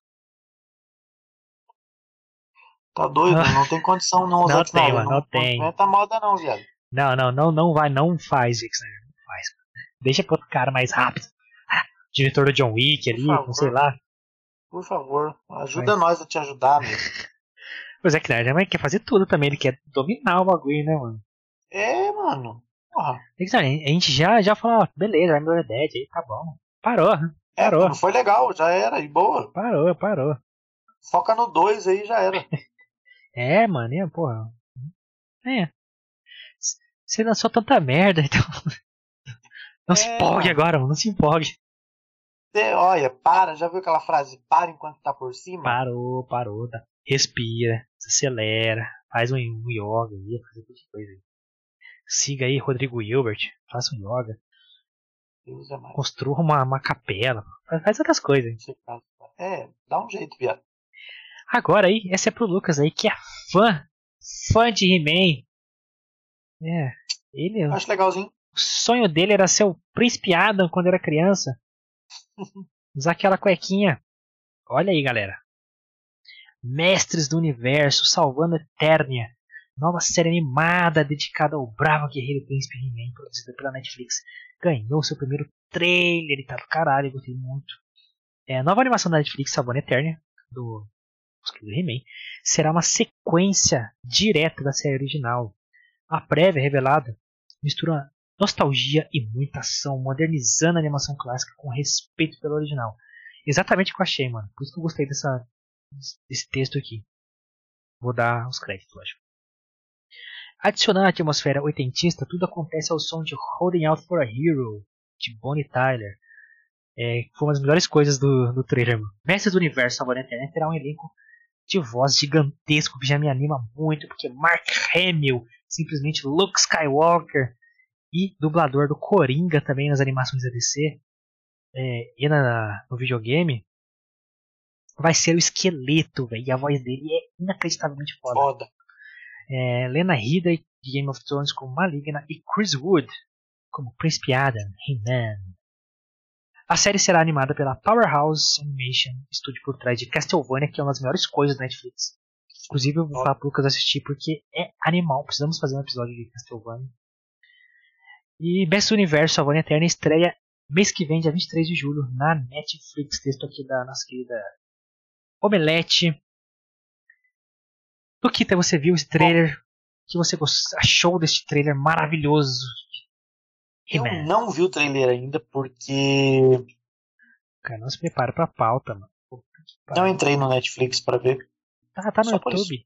Tá doido, Ah. não tem condição não, Não Zack tem, Snyder. mano, não Não tem. inventa moda não, viado. Não, não, não, não vai, não faz, Zack Snyder, não faz. Deixa pro outro cara mais rápido. Ah, diretor do John Wick ali, não sei lá. Por favor, ajuda Mas... nós a te ajudar, meu. O Zack Snyder mas quer fazer tudo também, ele quer dominar o bagulho, né, mano? É, mano. Porra. A gente já, já falou, ó, beleza, I'm Your Dead, aí tá bom. Parou, parou. É, não foi legal, já era, e boa. Parou, parou. Foca no dois aí, já era. É, mano, é, porra. É. Você lançou tanta merda, então. Não é, se empolgue mano. agora, mano, não se empolgue. Você, olha, para, já viu aquela frase? Para enquanto tá por cima? Parou, parou, tá. Respira, se acelera, faz um, um yoga aí, faz outra coisa aí. Siga aí Rodrigo Hilbert, faça um yoga. Deus é mais. Construa uma, uma capela, faz outras coisas. É, dá um jeito, viado. Agora aí, essa é pro Lucas aí, que é fã, fã de He-Man. É, ele... Acho legalzinho. O sonho dele era ser o Príncipe Adam quando era criança. Usar aquela cuequinha. Olha aí, galera. Mestres do Universo, salvando Eternia. Nova série animada dedicada ao bravo guerreiro Príncipe He-Man, produzida pela Netflix. Ganhou seu primeiro trailer e tá do caralho, eu gostei muito. É, a nova animação da Netflix, Salvando Eternia, do, do He-Man, será uma sequência direta da série original. A prévia revelada mistura nostalgia e muita ação, modernizando a animação clássica com respeito pelo original. Exatamente o que eu achei, mano. Por isso que eu gostei dessa, desse texto aqui. Vou dar os créditos, lógico. Adicionando a atmosfera oitentista, tudo acontece ao som de Holding Out for a Hero, de Bonnie Tyler. É, foi uma das melhores coisas do, do trailer, mano. Mestres do Universo, Salvando a Internet, terá um elenco de voz gigantesco que já me anima muito, porque Mark Hamill, simplesmente Luke Skywalker, e dublador do Coringa também nas animações da D C, é, e na, no videogame, vai ser o Esqueleto, véio, e a voz dele é inacreditavelmente foda. Foda. É, Lena Headey de Game of Thrones como Maligna e Chris Wood como Príncipe Adam, He-Man. A série será animada pela Powerhouse Animation, estúdio por trás de Castlevania, que é uma das melhores coisas da Netflix. Inclusive eu vou falar pro Lucas assistir porque é animal, precisamos fazer um episódio de Castlevania. E Best Universo, Salvando Eterna estreia mês que vem, dia vinte e três de julho, na Netflix. Texto aqui da nossa querida Omelete. Luquita, você viu esse trailer? O que você achou deste trailer maravilhoso? Eu não vi o trailer ainda porque... Cara, não se prepara pra pauta, mano. Não entrei no Netflix pra ver. Ah, tá no Só YouTube.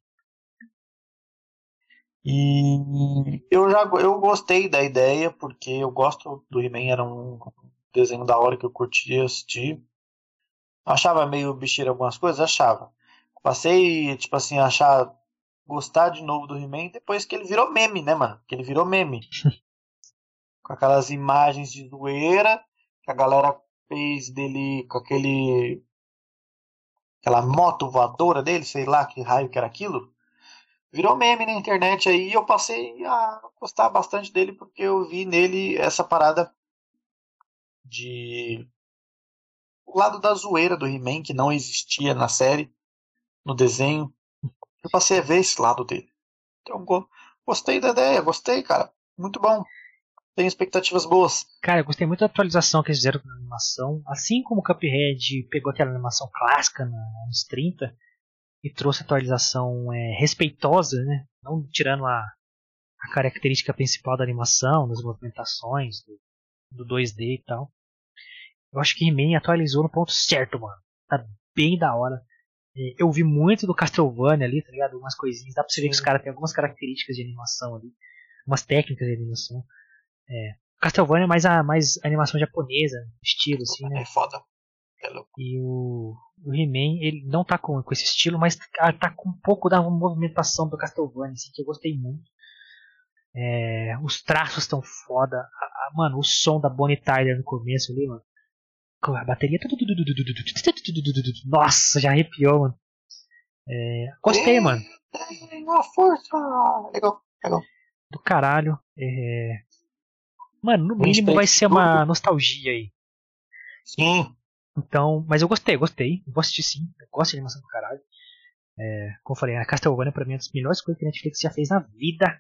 E eu já eu gostei da ideia, porque eu gosto do He-Man, era um desenho da hora que eu curtia assistir. Achava meio bicheiro algumas coisas, achava. Passei, tipo assim, a achar, gostar de novo do He-Man depois que ele virou meme, né, mano? Que ele virou meme. Com aquelas imagens de zoeira que a galera fez dele com aquele... aquela moto voadora dele, sei lá que raio que era aquilo. Virou meme na internet aí e eu passei a gostar bastante dele porque eu vi nele essa parada de o lado da zoeira do He-Man, que não existia na série, no desenho. Eu passei a ver esse lado dele. Então, go- gostei da ideia, gostei, cara. Muito bom. Tenho expectativas boas. Cara, eu gostei muito da atualização que eles fizeram na animação. Assim como o Cuphead pegou aquela animação clássica nos anos trinta e trouxe atualização é, respeitosa, né? Não tirando a, a característica principal da animação, das movimentações, do, do dois D e tal. Eu acho que He-Man atualizou no ponto certo, mano. Tá bem da hora. Eu vi muito do Castlevania ali, tá ligado? Algumas coisinhas. Dá pra você ver que os caras têm algumas características de animação ali. Umas técnicas de animação. É. Castlevania é mais a mais animação japonesa, estilo assim, né? É foda. É louco. E o, o He-Man, ele não tá com, com esse estilo, mas tá, tá com um pouco da movimentação do Castlevania, assim, que eu gostei muito. É, os traços tão foda. A, a, mano, o som da Bonnie Tyler no começo ali, mano. Com a bateria. Nossa, já arrepiou, mano. É, gostei, Ei, mano. Tem uma força. Legal, legal. Do caralho. É... Mano, no Respeito mínimo vai ser tudo. uma nostalgia aí. Sim. Então, mas eu gostei, gostei. Vou assistir sim. Eu gosto de animação do caralho. É, como eu falei, a Castlevania pra mim é uma das melhores coisas que a Netflix já fez na vida.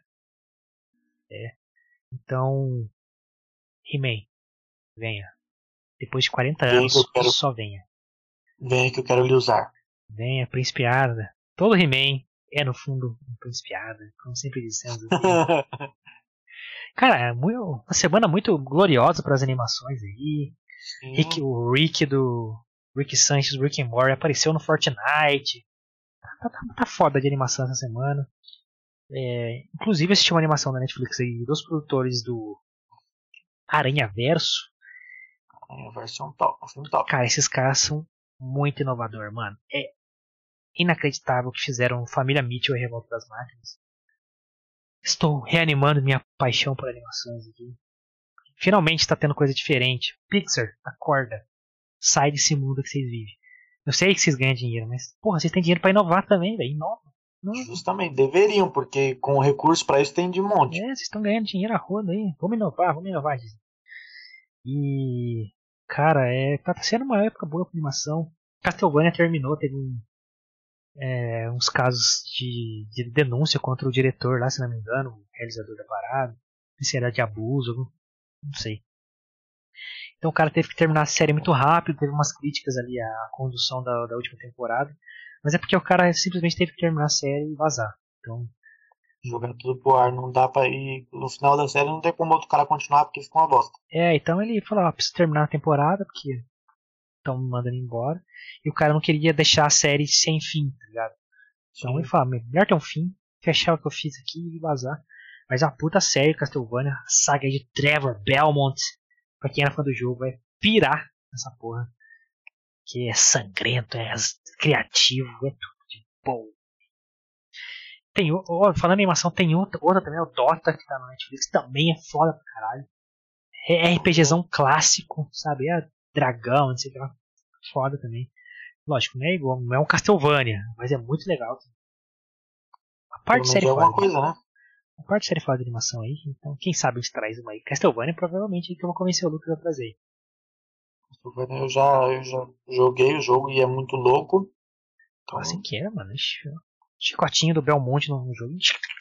É. Então, He-Man, venha. Depois de quarenta Vem anos, que eu quero, só venha. vem que eu quero lhe usar. Venha, Príncipe Arda. Todo He-Man é, no fundo, um Príncipe Arda, como sempre dizemos aqui. Cara, é muito, uma semana muito gloriosa para as animações aí. Rick, o Rick do Rick Sanchez, Rick and Morty apareceu no Fortnite. Tá, tá, tá foda de animação essa semana. É, inclusive assisti uma animação da Netflix aí dos produtores do Aranha Verso. É a versão top, a filme top. Cara, esses caras são muito inovador, mano. É inacreditável o que fizeram Família Mitchell e Revolta das Máquinas. Estou reanimando minha paixão por animações aqui. Finalmente tá tendo coisa diferente. Pixar, acorda. Sai desse mundo que vocês vivem. Eu sei que vocês ganham dinheiro, mas, porra, vocês têm dinheiro pra inovar também, velho. Inova. Inova. Justamente, deveriam, porque com recurso pra isso tem de monte. É, vocês estão ganhando dinheiro a roda aí. Vamos inovar, vamos inovar, Disney. E, cara, é, tá sendo uma época boa pra animação. Castlevania terminou, teve um, é, uns casos de, de denúncia contra o diretor lá, se não me engano, o realizador da parada. Se era de abuso, não sei. Então o cara teve que terminar a série muito rápido, teve umas críticas ali à condução da, da última temporada. Mas é porque o cara simplesmente teve que terminar a série e vazar. Então, Jogar tudo pro ar, não dá pra ir. No final da série não tem como outro cara continuar porque fica uma bosta. é, então ele falou, ah, preciso terminar a temporada porque estão me mandando embora. E o cara não queria deixar a série sem fim, tá ligado? Então Sim. ele falou, melhor ter um fim, fechar o que eu fiz aqui e vazar. Mas a puta série Castlevania, a saga de Trevor Belmont, pra quem era fã do jogo, vai pirar nessa porra. Que é sangrento, é criativo, é tudo de bom. Tem, oh, falando em animação, tem outra, outra também, o Dota, que tá na Netflix, também é foda pra caralho. É RPGzão clássico, sabe? É dragão, não sei o que lá. Foda também. Lógico, não é igual, não é um Castlevania, mas é muito legal. A parte de série é foda. alguma coisa, né? A parte de série foda de animação aí, então quem sabe a gente traz uma aí. Castlevania provavelmente é que eu vou convencer o Lucas a trazer. Eu já, eu já joguei o jogo e é muito louco. Então, assim que é, mano. Chicotinho do Belmonte no jogo.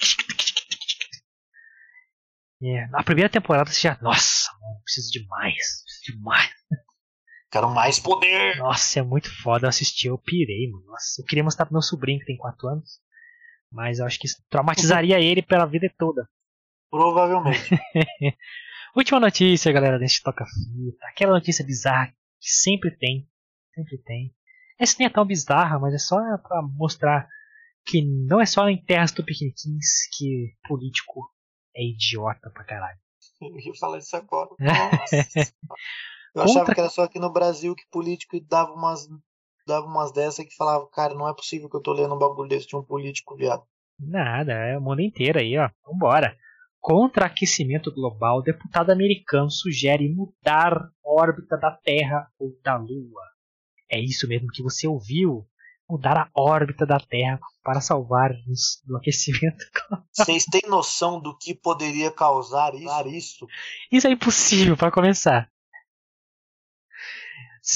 É, na primeira temporada você já. Nossa, mano, preciso de mais. Preciso de mais. Quero mais poder! Nossa, é muito foda. Eu assisti, eu pirei, mano. Nossa, eu queria mostrar pro meu sobrinho que tem quatro anos. Mas eu acho que isso traumatizaria ele pela vida toda. Provavelmente. Última notícia, galera, desse toca-fita. Aquela notícia bizarra que sempre tem. Sempre tem. Essa nem é tão bizarra, mas é só pra mostrar que não é só em terras tupiniquins que político é idiota pra caralho. Eu ia falar isso agora. Nossa. Eu achava Contra... que era só aqui no Brasil que político dava umas, dava umas dessas que falava, cara, não é possível que eu tô lendo um bagulho desse de um político, viado. Nada, é o mundo inteiro aí, ó. Vambora. Contra aquecimento global, deputado americano sugere mudar a órbita da Terra ou da Lua. É isso mesmo que você ouviu. Mudar a órbita da Terra para salvar-nos do aquecimento global. Vocês têm noção do que poderia causar isso? Isso é impossível para começar.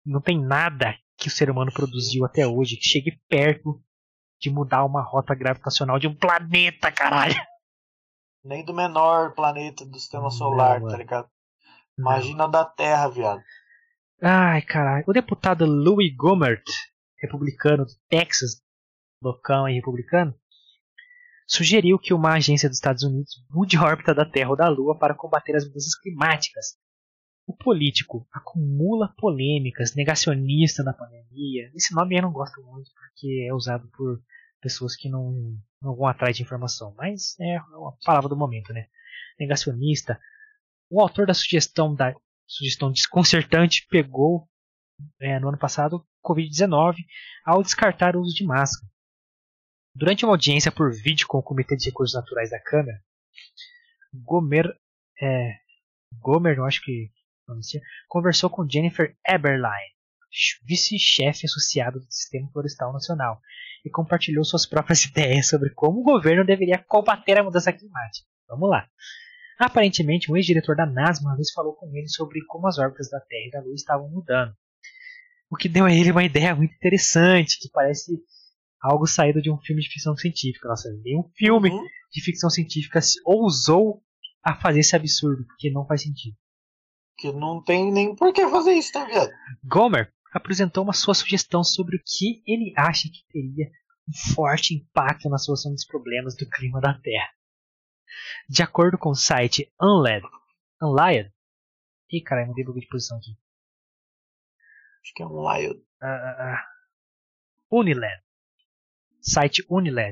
não tem nada que o ser humano produziu até hoje que chegue perto de mudar uma rota gravitacional de um planeta, caralho. Nem do menor planeta do sistema Não, solar, mano. tá ligado? Não. Imagina da Terra, viado. Ai, caralho. O deputado Louis Gohmert, republicano do Texas, loucão e republicano, sugeriu que uma agência dos Estados Unidos mude a órbita da Terra ou da Lua para combater as mudanças climáticas. O político acumula polêmicas, negacionista na pandemia. Esse nome eu não gosto muito porque é usado por pessoas que não, não vão atrás de informação, mas é uma palavra do momento, né? Negacionista. O autor da sugestão, da sugestão desconcertante pegou é, no ano passado covid dezenove ao descartar o uso de máscara. Durante uma audiência por vídeo com o Comitê de Recursos Naturais da Câmara, Gomer, é, Gomer, eu acho que conversou com Jennifer Eberlein, vice-chefe associado do Sistema Florestal Nacional, e compartilhou suas próprias ideias sobre como o governo deveria combater a mudança climática. Vamos lá. Aparentemente, um ex-diretor da NASA uma vez falou com ele sobre como as órbitas da Terra e da Lua estavam mudando, o que deu a ele uma ideia muito interessante, que parece algo saído de um filme de ficção científica. Nossa, nenhum filme Uhum. de ficção científica ousou a fazer esse absurdo, porque não faz sentido. Que não tem nem por que fazer isso, tá ligado? Gomer apresentou uma sua sugestão sobre o que ele acha que teria um forte impacto na solução dos problemas do clima da Terra. De acordo com o site Unled, Unlied, ih, caralho, mudei de posição aqui. Acho que é um Lion. Uh, uh, uh. Uniled, site Uniled.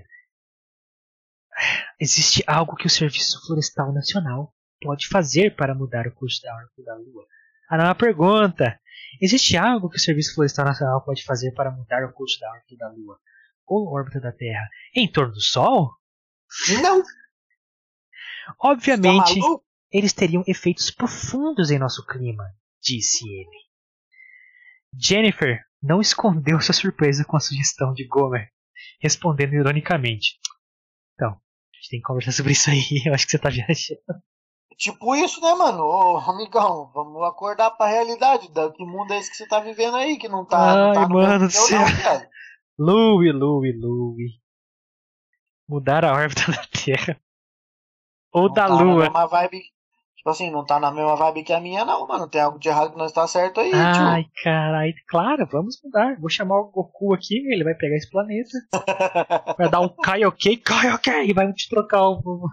Existe algo que o Serviço Florestal Nacional pode fazer para mudar o curso da órbita da Lua? Ah, não, é uma pergunta. Existe algo que o Serviço Florestal Nacional pode fazer para mudar o curso da órbita da Lua ou órbita da Terra em torno do Sol? Não! Obviamente, Tá eles teriam efeitos profundos em nosso clima, disse ele. Jennifer não escondeu sua surpresa com a sugestão de Gomer, respondendo ironicamente. Então, a gente tem que conversar sobre isso aí, eu acho que você tá viajando. Tipo isso, né, mano? Ô, amigão, vamos acordar pra realidade. Que mundo é esse que você tá vivendo aí? Que não tá, não Ai, tá no mano mesmo do céu. não, cara. Louie, Louie, Louie. Mudar a órbita da Terra. Ou Não da tá Lua. na mesma vibe. Tipo assim, não tá na mesma vibe que a minha, não, mano. Tem algo de errado que não está certo aí, Ai, tio. caralho. Claro, vamos mudar. Vou chamar o Goku aqui, ele vai pegar esse planeta. Vai dar um Kaioken, Kaioken, e vai te trocar o...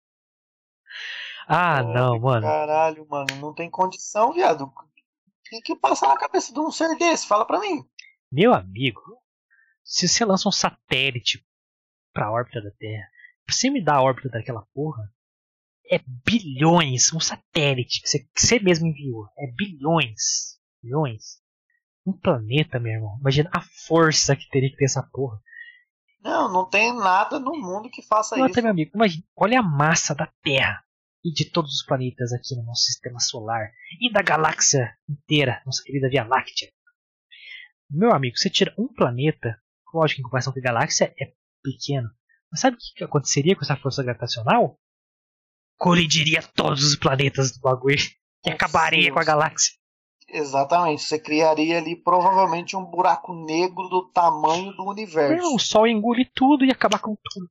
Ah, Ai, não, mano. Caralho, mano. Não tem condição, viado. O que que passa na cabeça de um ser desse? Fala pra mim. Meu amigo, se você lança um satélite pra órbita da Terra, pra você me dar a órbita daquela porra, é bilhões, um satélite que você, que você mesmo enviou, é bilhões, bilhões. Um planeta, meu irmão. Imagina a força que teria que ter essa porra. Não, não tem nada no mundo que faça Não, isso. até meu amigo, imagina, olha a massa da Terra e de todos os planetas aqui no nosso sistema solar e da galáxia inteira, nossa querida Via Láctea. Meu amigo, você tira um planeta, lógico, em comparação com a galáxia é pequeno, mas sabe o que aconteceria com essa força gravitacional? Colidiria todos os planetas do bagulho e acabaria Sim, com a galáxia. Exatamente, você criaria ali provavelmente um buraco negro do tamanho do universo. Meu, o Sol engole tudo e acabar com tudo.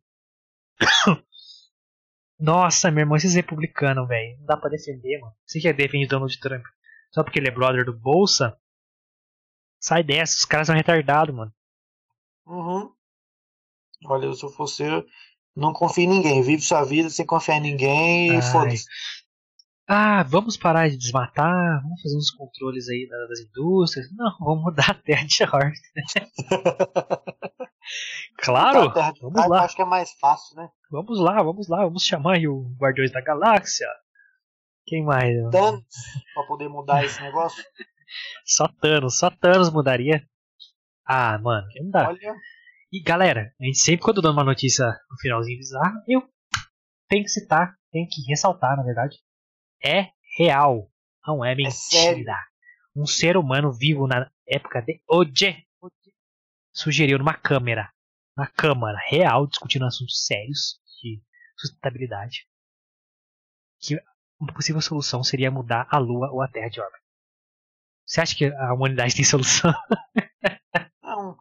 Nossa, meu irmão, esses republicanos, velho, não dá pra defender, mano. Você que defende Donald Trump só porque ele é brother do Bolsa? Sai dessa, os caras são retardados, mano. Uhum. Olha, se eu fosse eu, não confio em ninguém. Vive sua vida sem confiar em ninguém e foda-se. Ah, vamos parar de desmatar, vamos fazer uns controles aí das indústrias. Não, vamos mudar a terra de órbita. Claro, Terra de vamos lá. Acho que é mais fácil, né? Vamos lá, vamos lá, vamos chamar aí o Guardiões da Galáxia. Quem mais? Thanos, pra poder mudar esse negócio. Só Thanos, só Thanos mudaria. Ah, mano, não dá. Olha. E galera, a gente sempre quando dá uma notícia no finalzinho bizarro, eu tenho que citar, tenho que ressaltar, na verdade. É real, não é mentira. É um ser humano vivo na época de hoje sugeriu numa câmera, na câmara real, discutindo assuntos sérios de sustentabilidade, que uma possível solução seria mudar a Lua ou a Terra de órbita. Você acha que a humanidade tem solução? Não.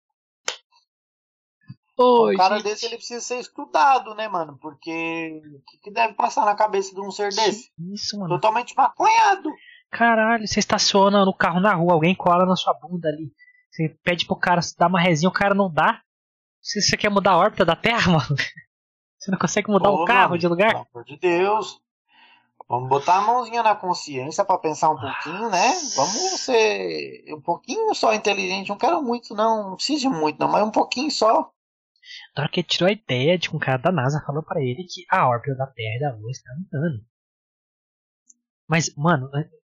Ô, Um cara gente, desse ele precisa ser estudado, né, mano? Porque o que, que deve passar na cabeça de um ser desse? isso, mano. Totalmente maconhado. Caralho, você estaciona no carro na rua, alguém cola na sua bunda ali. Você pede pro cara dar uma resinha, o cara não dá. Se você quer mudar a órbita da Terra, mano, você não consegue mudar Ô, um carro mano, de lugar? pelo amor de Deus. Vamos botar a mãozinha na consciência pra pensar um pouquinho, né? Vamos ser um pouquinho só inteligente. Não quero muito, não. Não preciso de muito, não. Mas um pouquinho só. Na hora que ele tirou a ideia de que um cara da NASA falou pra ele que a órbita da Terra e da Lua está mudando. Mas, mano,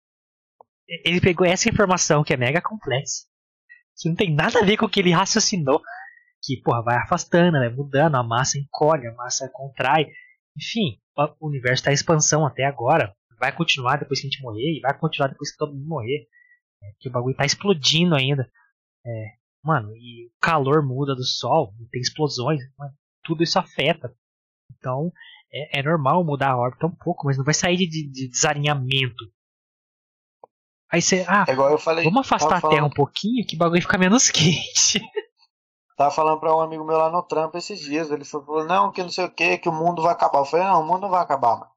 ele pegou essa informação que é mega complexa, que não tem nada a ver com o que ele raciocinou. Que, porra, vai afastando, vai mudando, a massa encolhe, a massa contrai. Enfim, o universo está em expansão até agora. Vai continuar depois que a gente morrer, e vai continuar depois que todo mundo morrer. É, que o bagulho tá explodindo ainda. É, mano, e o calor muda do sol, tem explosões, mano, tudo isso afeta. Então, é, é normal mudar a órbita um pouco, mas não vai sair de, de, de desalinhamento. Aí você, ah, É igual eu falei. vamos afastar tava a Terra um falando, pouquinho, que o bagulho fica menos quente. tava falando pra um amigo meu lá no trampo esses dias. Ele falou, não, que não sei o que, que o mundo vai acabar. Eu falei, não, o mundo não vai acabar, mano.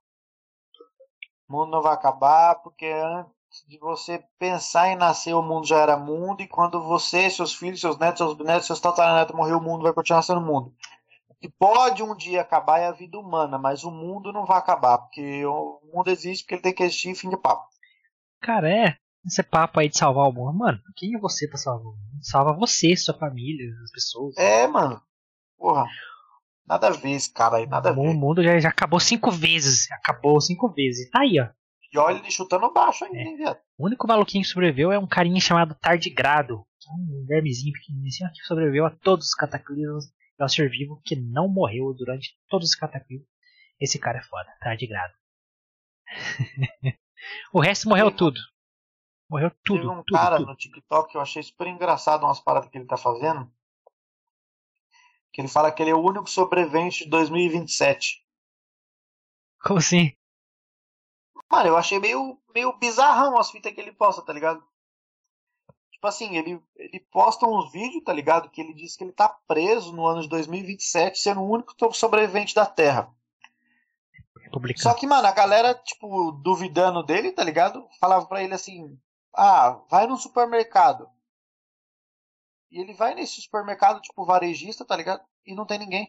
O mundo não vai acabar porque antes de você pensar em nascer, o mundo já era mundo. E quando você, seus filhos, seus netos, seus bisnetos, seus tataranetos morrer, o mundo vai continuar sendo mundo. Que pode um dia acabar é a vida humana, mas o mundo não vai acabar, porque o mundo existe porque ele tem que existir, fim de papo. Cara, é. Esse papo aí de salvar o mundo. Mano, quem é você pra salvar o mundo? Salva você, sua família, as pessoas. É, mano. Porra, nada a ver esse cara aí, nada a O ver. mundo já, já acabou cinco vezes. Acabou cinco vezes. E tá aí, ó. E olha ele chutando baixo ainda, É. hein, viado. O único maluquinho que sobreviveu é um carinha chamado Tardigrado. Um vermezinho pequenininho assim, ó, que sobreviveu a todos os cataclismos. É um ser vivo que não morreu durante todos os cataclismos. Esse cara é foda, Tardigrado. O resto morreu Teve, tudo. Morreu tudo, teve um tudo, cara tudo. no TikTok que eu achei super engraçado umas paradas que ele tá fazendo. Que ele fala que ele é o único sobrevivente de dois mil e vinte e sete. Como assim? Mano, eu achei meio, meio bizarrão as fitas que ele posta, tá ligado? Tipo assim, ele, ele posta uns vídeos, tá ligado? Que ele diz que ele tá preso no ano de dois mil e vinte e sete, sendo o único sobrevivente da Terra. Só Republicano. que, mano, a galera, tipo, duvidando dele, tá ligado? Falava pra ele assim: ah, vai no supermercado. E ele vai nesse supermercado, tipo, varejista, tá ligado? E não tem ninguém.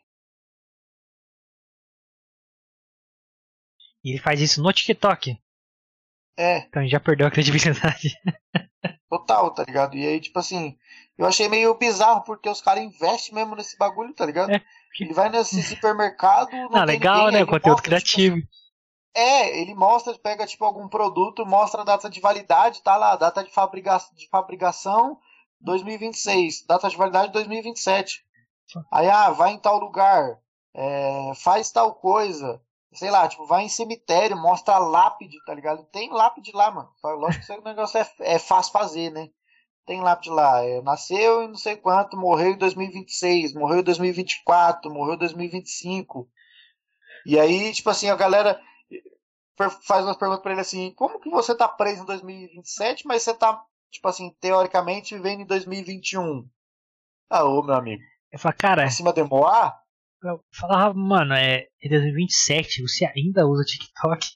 E ele faz isso no TikTok. É, Então ele já perdeu a credibilidade. total, tá ligado? E aí, tipo assim, eu achei meio bizarro porque os caras investem mesmo nesse bagulho, tá ligado? É. Ele vai nesse supermercado, não Não, tem legal, ninguém, né? aí O ele conteúdo mostra, tipo assim, criativo. é, ele mostra, pega tipo algum produto, mostra a data de validade, tá lá, data de, fabrica de fabricação dois mil e vinte e seis, data de validade dois mil e vinte e sete. Aí, ah, vai em tal lugar, é, faz tal coisa, sei lá, tipo, vai em cemitério, mostra a lápide, tá ligado? Tem lápide lá, mano. Lógico que esse negócio é, é fácil fazer, né? Tem lápide lá, é, nasceu em não sei quanto, morreu em dois mil e vinte e seis, morreu em dois mil e vinte e quatro, morreu em dois mil e vinte e cinco. E aí, tipo assim, a galera faz umas perguntas pra ele assim: como que você tá preso em dois mil e vinte e sete, mas você tá, tipo assim, teoricamente vivendo em dois mil e vinte e um? Ah, ô, meu amigo. Eu falo, cara, Acima de Moá? eu falava, mano, é, é dois mil e vinte e sete, você ainda usa TikTok?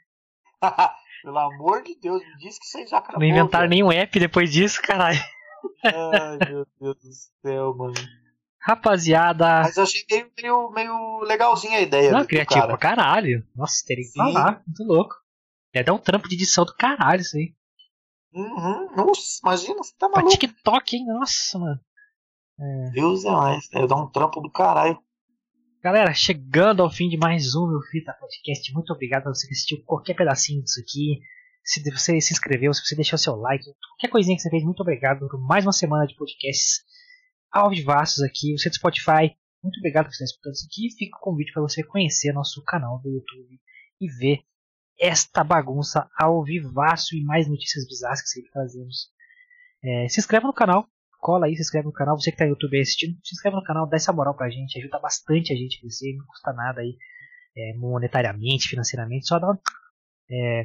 Pelo amor de Deus, me diz que você já acabou. Não inventaram velho. nenhum app depois disso, caralho. Ai, meu Deus do céu, mano. Rapaziada. Mas eu achei meio, meio, meio legalzinha a ideia Não, do, do criativo pra cara. caralho. Nossa, teria que Sim. falar. Muito louco. É dar um trampo de edição do caralho isso aí. Uhum. Nossa, imagina, você tá Pra maluco. TikTok, hein? Nossa, mano. É. Deus é mais. É dar um trampo do caralho. Galera, chegando ao fim de mais um meu Fita Podcast. Muito obrigado a você que assistiu qualquer pedacinho disso aqui. Se você se inscreveu, se você deixou seu like, qualquer coisinha que você fez, muito obrigado por mais uma semana de podcasts ao vivaços aqui. Você do Spotify, muito obrigado por estar escutando isso aqui. Fica o convite para você conhecer nosso canal do YouTube e ver esta bagunça ao vivaço e mais notícias bizarras que sempre trazemos. É, se inscreva no canal, cola aí, se inscreve no canal. Você que está no YouTube assistindo, se inscreve no canal, dá essa moral pra gente, ajuda bastante a gente a crescer, não custa nada aí, é, monetariamente, financeiramente, só dá uma, é,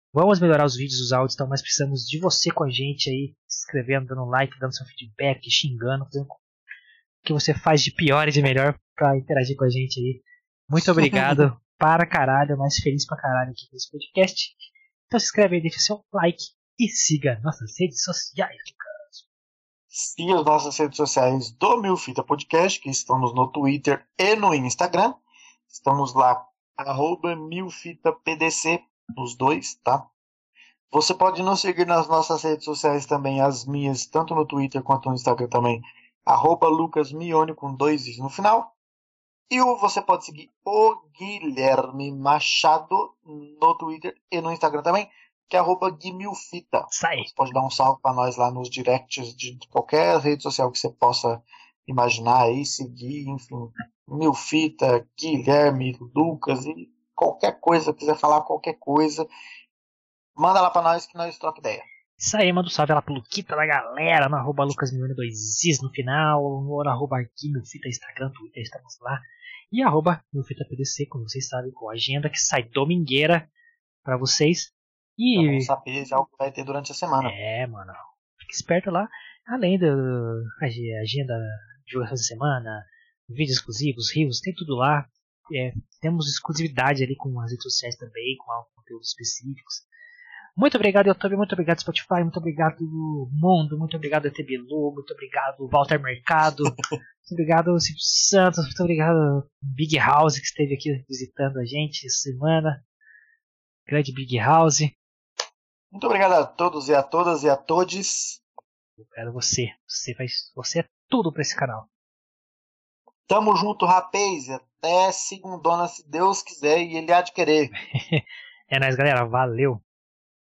Vamos melhorar os vídeos, os áudios, então, mas precisamos de você com a gente aí, se inscrevendo, dando like, dando seu feedback, xingando, fazendo o que você faz de pior e de melhor pra interagir com a gente aí. Muito obrigado para caralho, mais feliz pra caralho aqui com esse podcast. Então se inscreve aí, deixa seu like e siga nossas redes sociais. Siga as nossas redes sociais do Mil Fita Podcast, que estamos no Twitter e no Instagram. Estamos lá, arroba milfitapdc, os dois, tá? Você pode nos seguir nas nossas redes sociais também, as minhas, tanto no Twitter quanto no Instagram também, arroba lucasmione com dois is no final. E você pode seguir o Guilherme Machado no Twitter e no Instagram também, que é arroba guimilfita. Sai. Você pode dar um salve para nós lá nos directs de qualquer rede social que você possa imaginar aí, seguir, enfim, Milfita, Guilherme, Lucas e qualquer coisa, quiser falar qualquer coisa, manda lá para nós que nós troca ideia. Isso aí, manda um salve lá pro Luquita da galera, no arroba lucasmione dois is no final, ou no arroba guimilfita, Instagram, Twitter, estamos lá. E arroba milfitapdc, como vocês sabem, com a agenda que sai domingueira pra vocês. E vamos saber já o que vai ter durante a semana. É, mano. Fique esperto lá. Além da agenda de divulgação da semana, vídeos exclusivos, rios, tem tudo lá. É, temos exclusividade ali com as redes sociais também, com conteúdos específicos. Muito obrigado, YouTube. Muito obrigado, Spotify. Muito obrigado, Mundo. Muito obrigado, E T B Lu. Muito obrigado, Walter Mercado. Muito obrigado, Silvio Santos. Muito obrigado, Big House, que esteve aqui visitando a gente essa semana. Grande Big House. Muito obrigado a todos e a todas e a todes. Eu quero você. Você faz, você é tudo pra esse canal. Tamo junto, rapaz. Até segundona, se Deus quiser e ele há de querer. É nóis, galera. Valeu.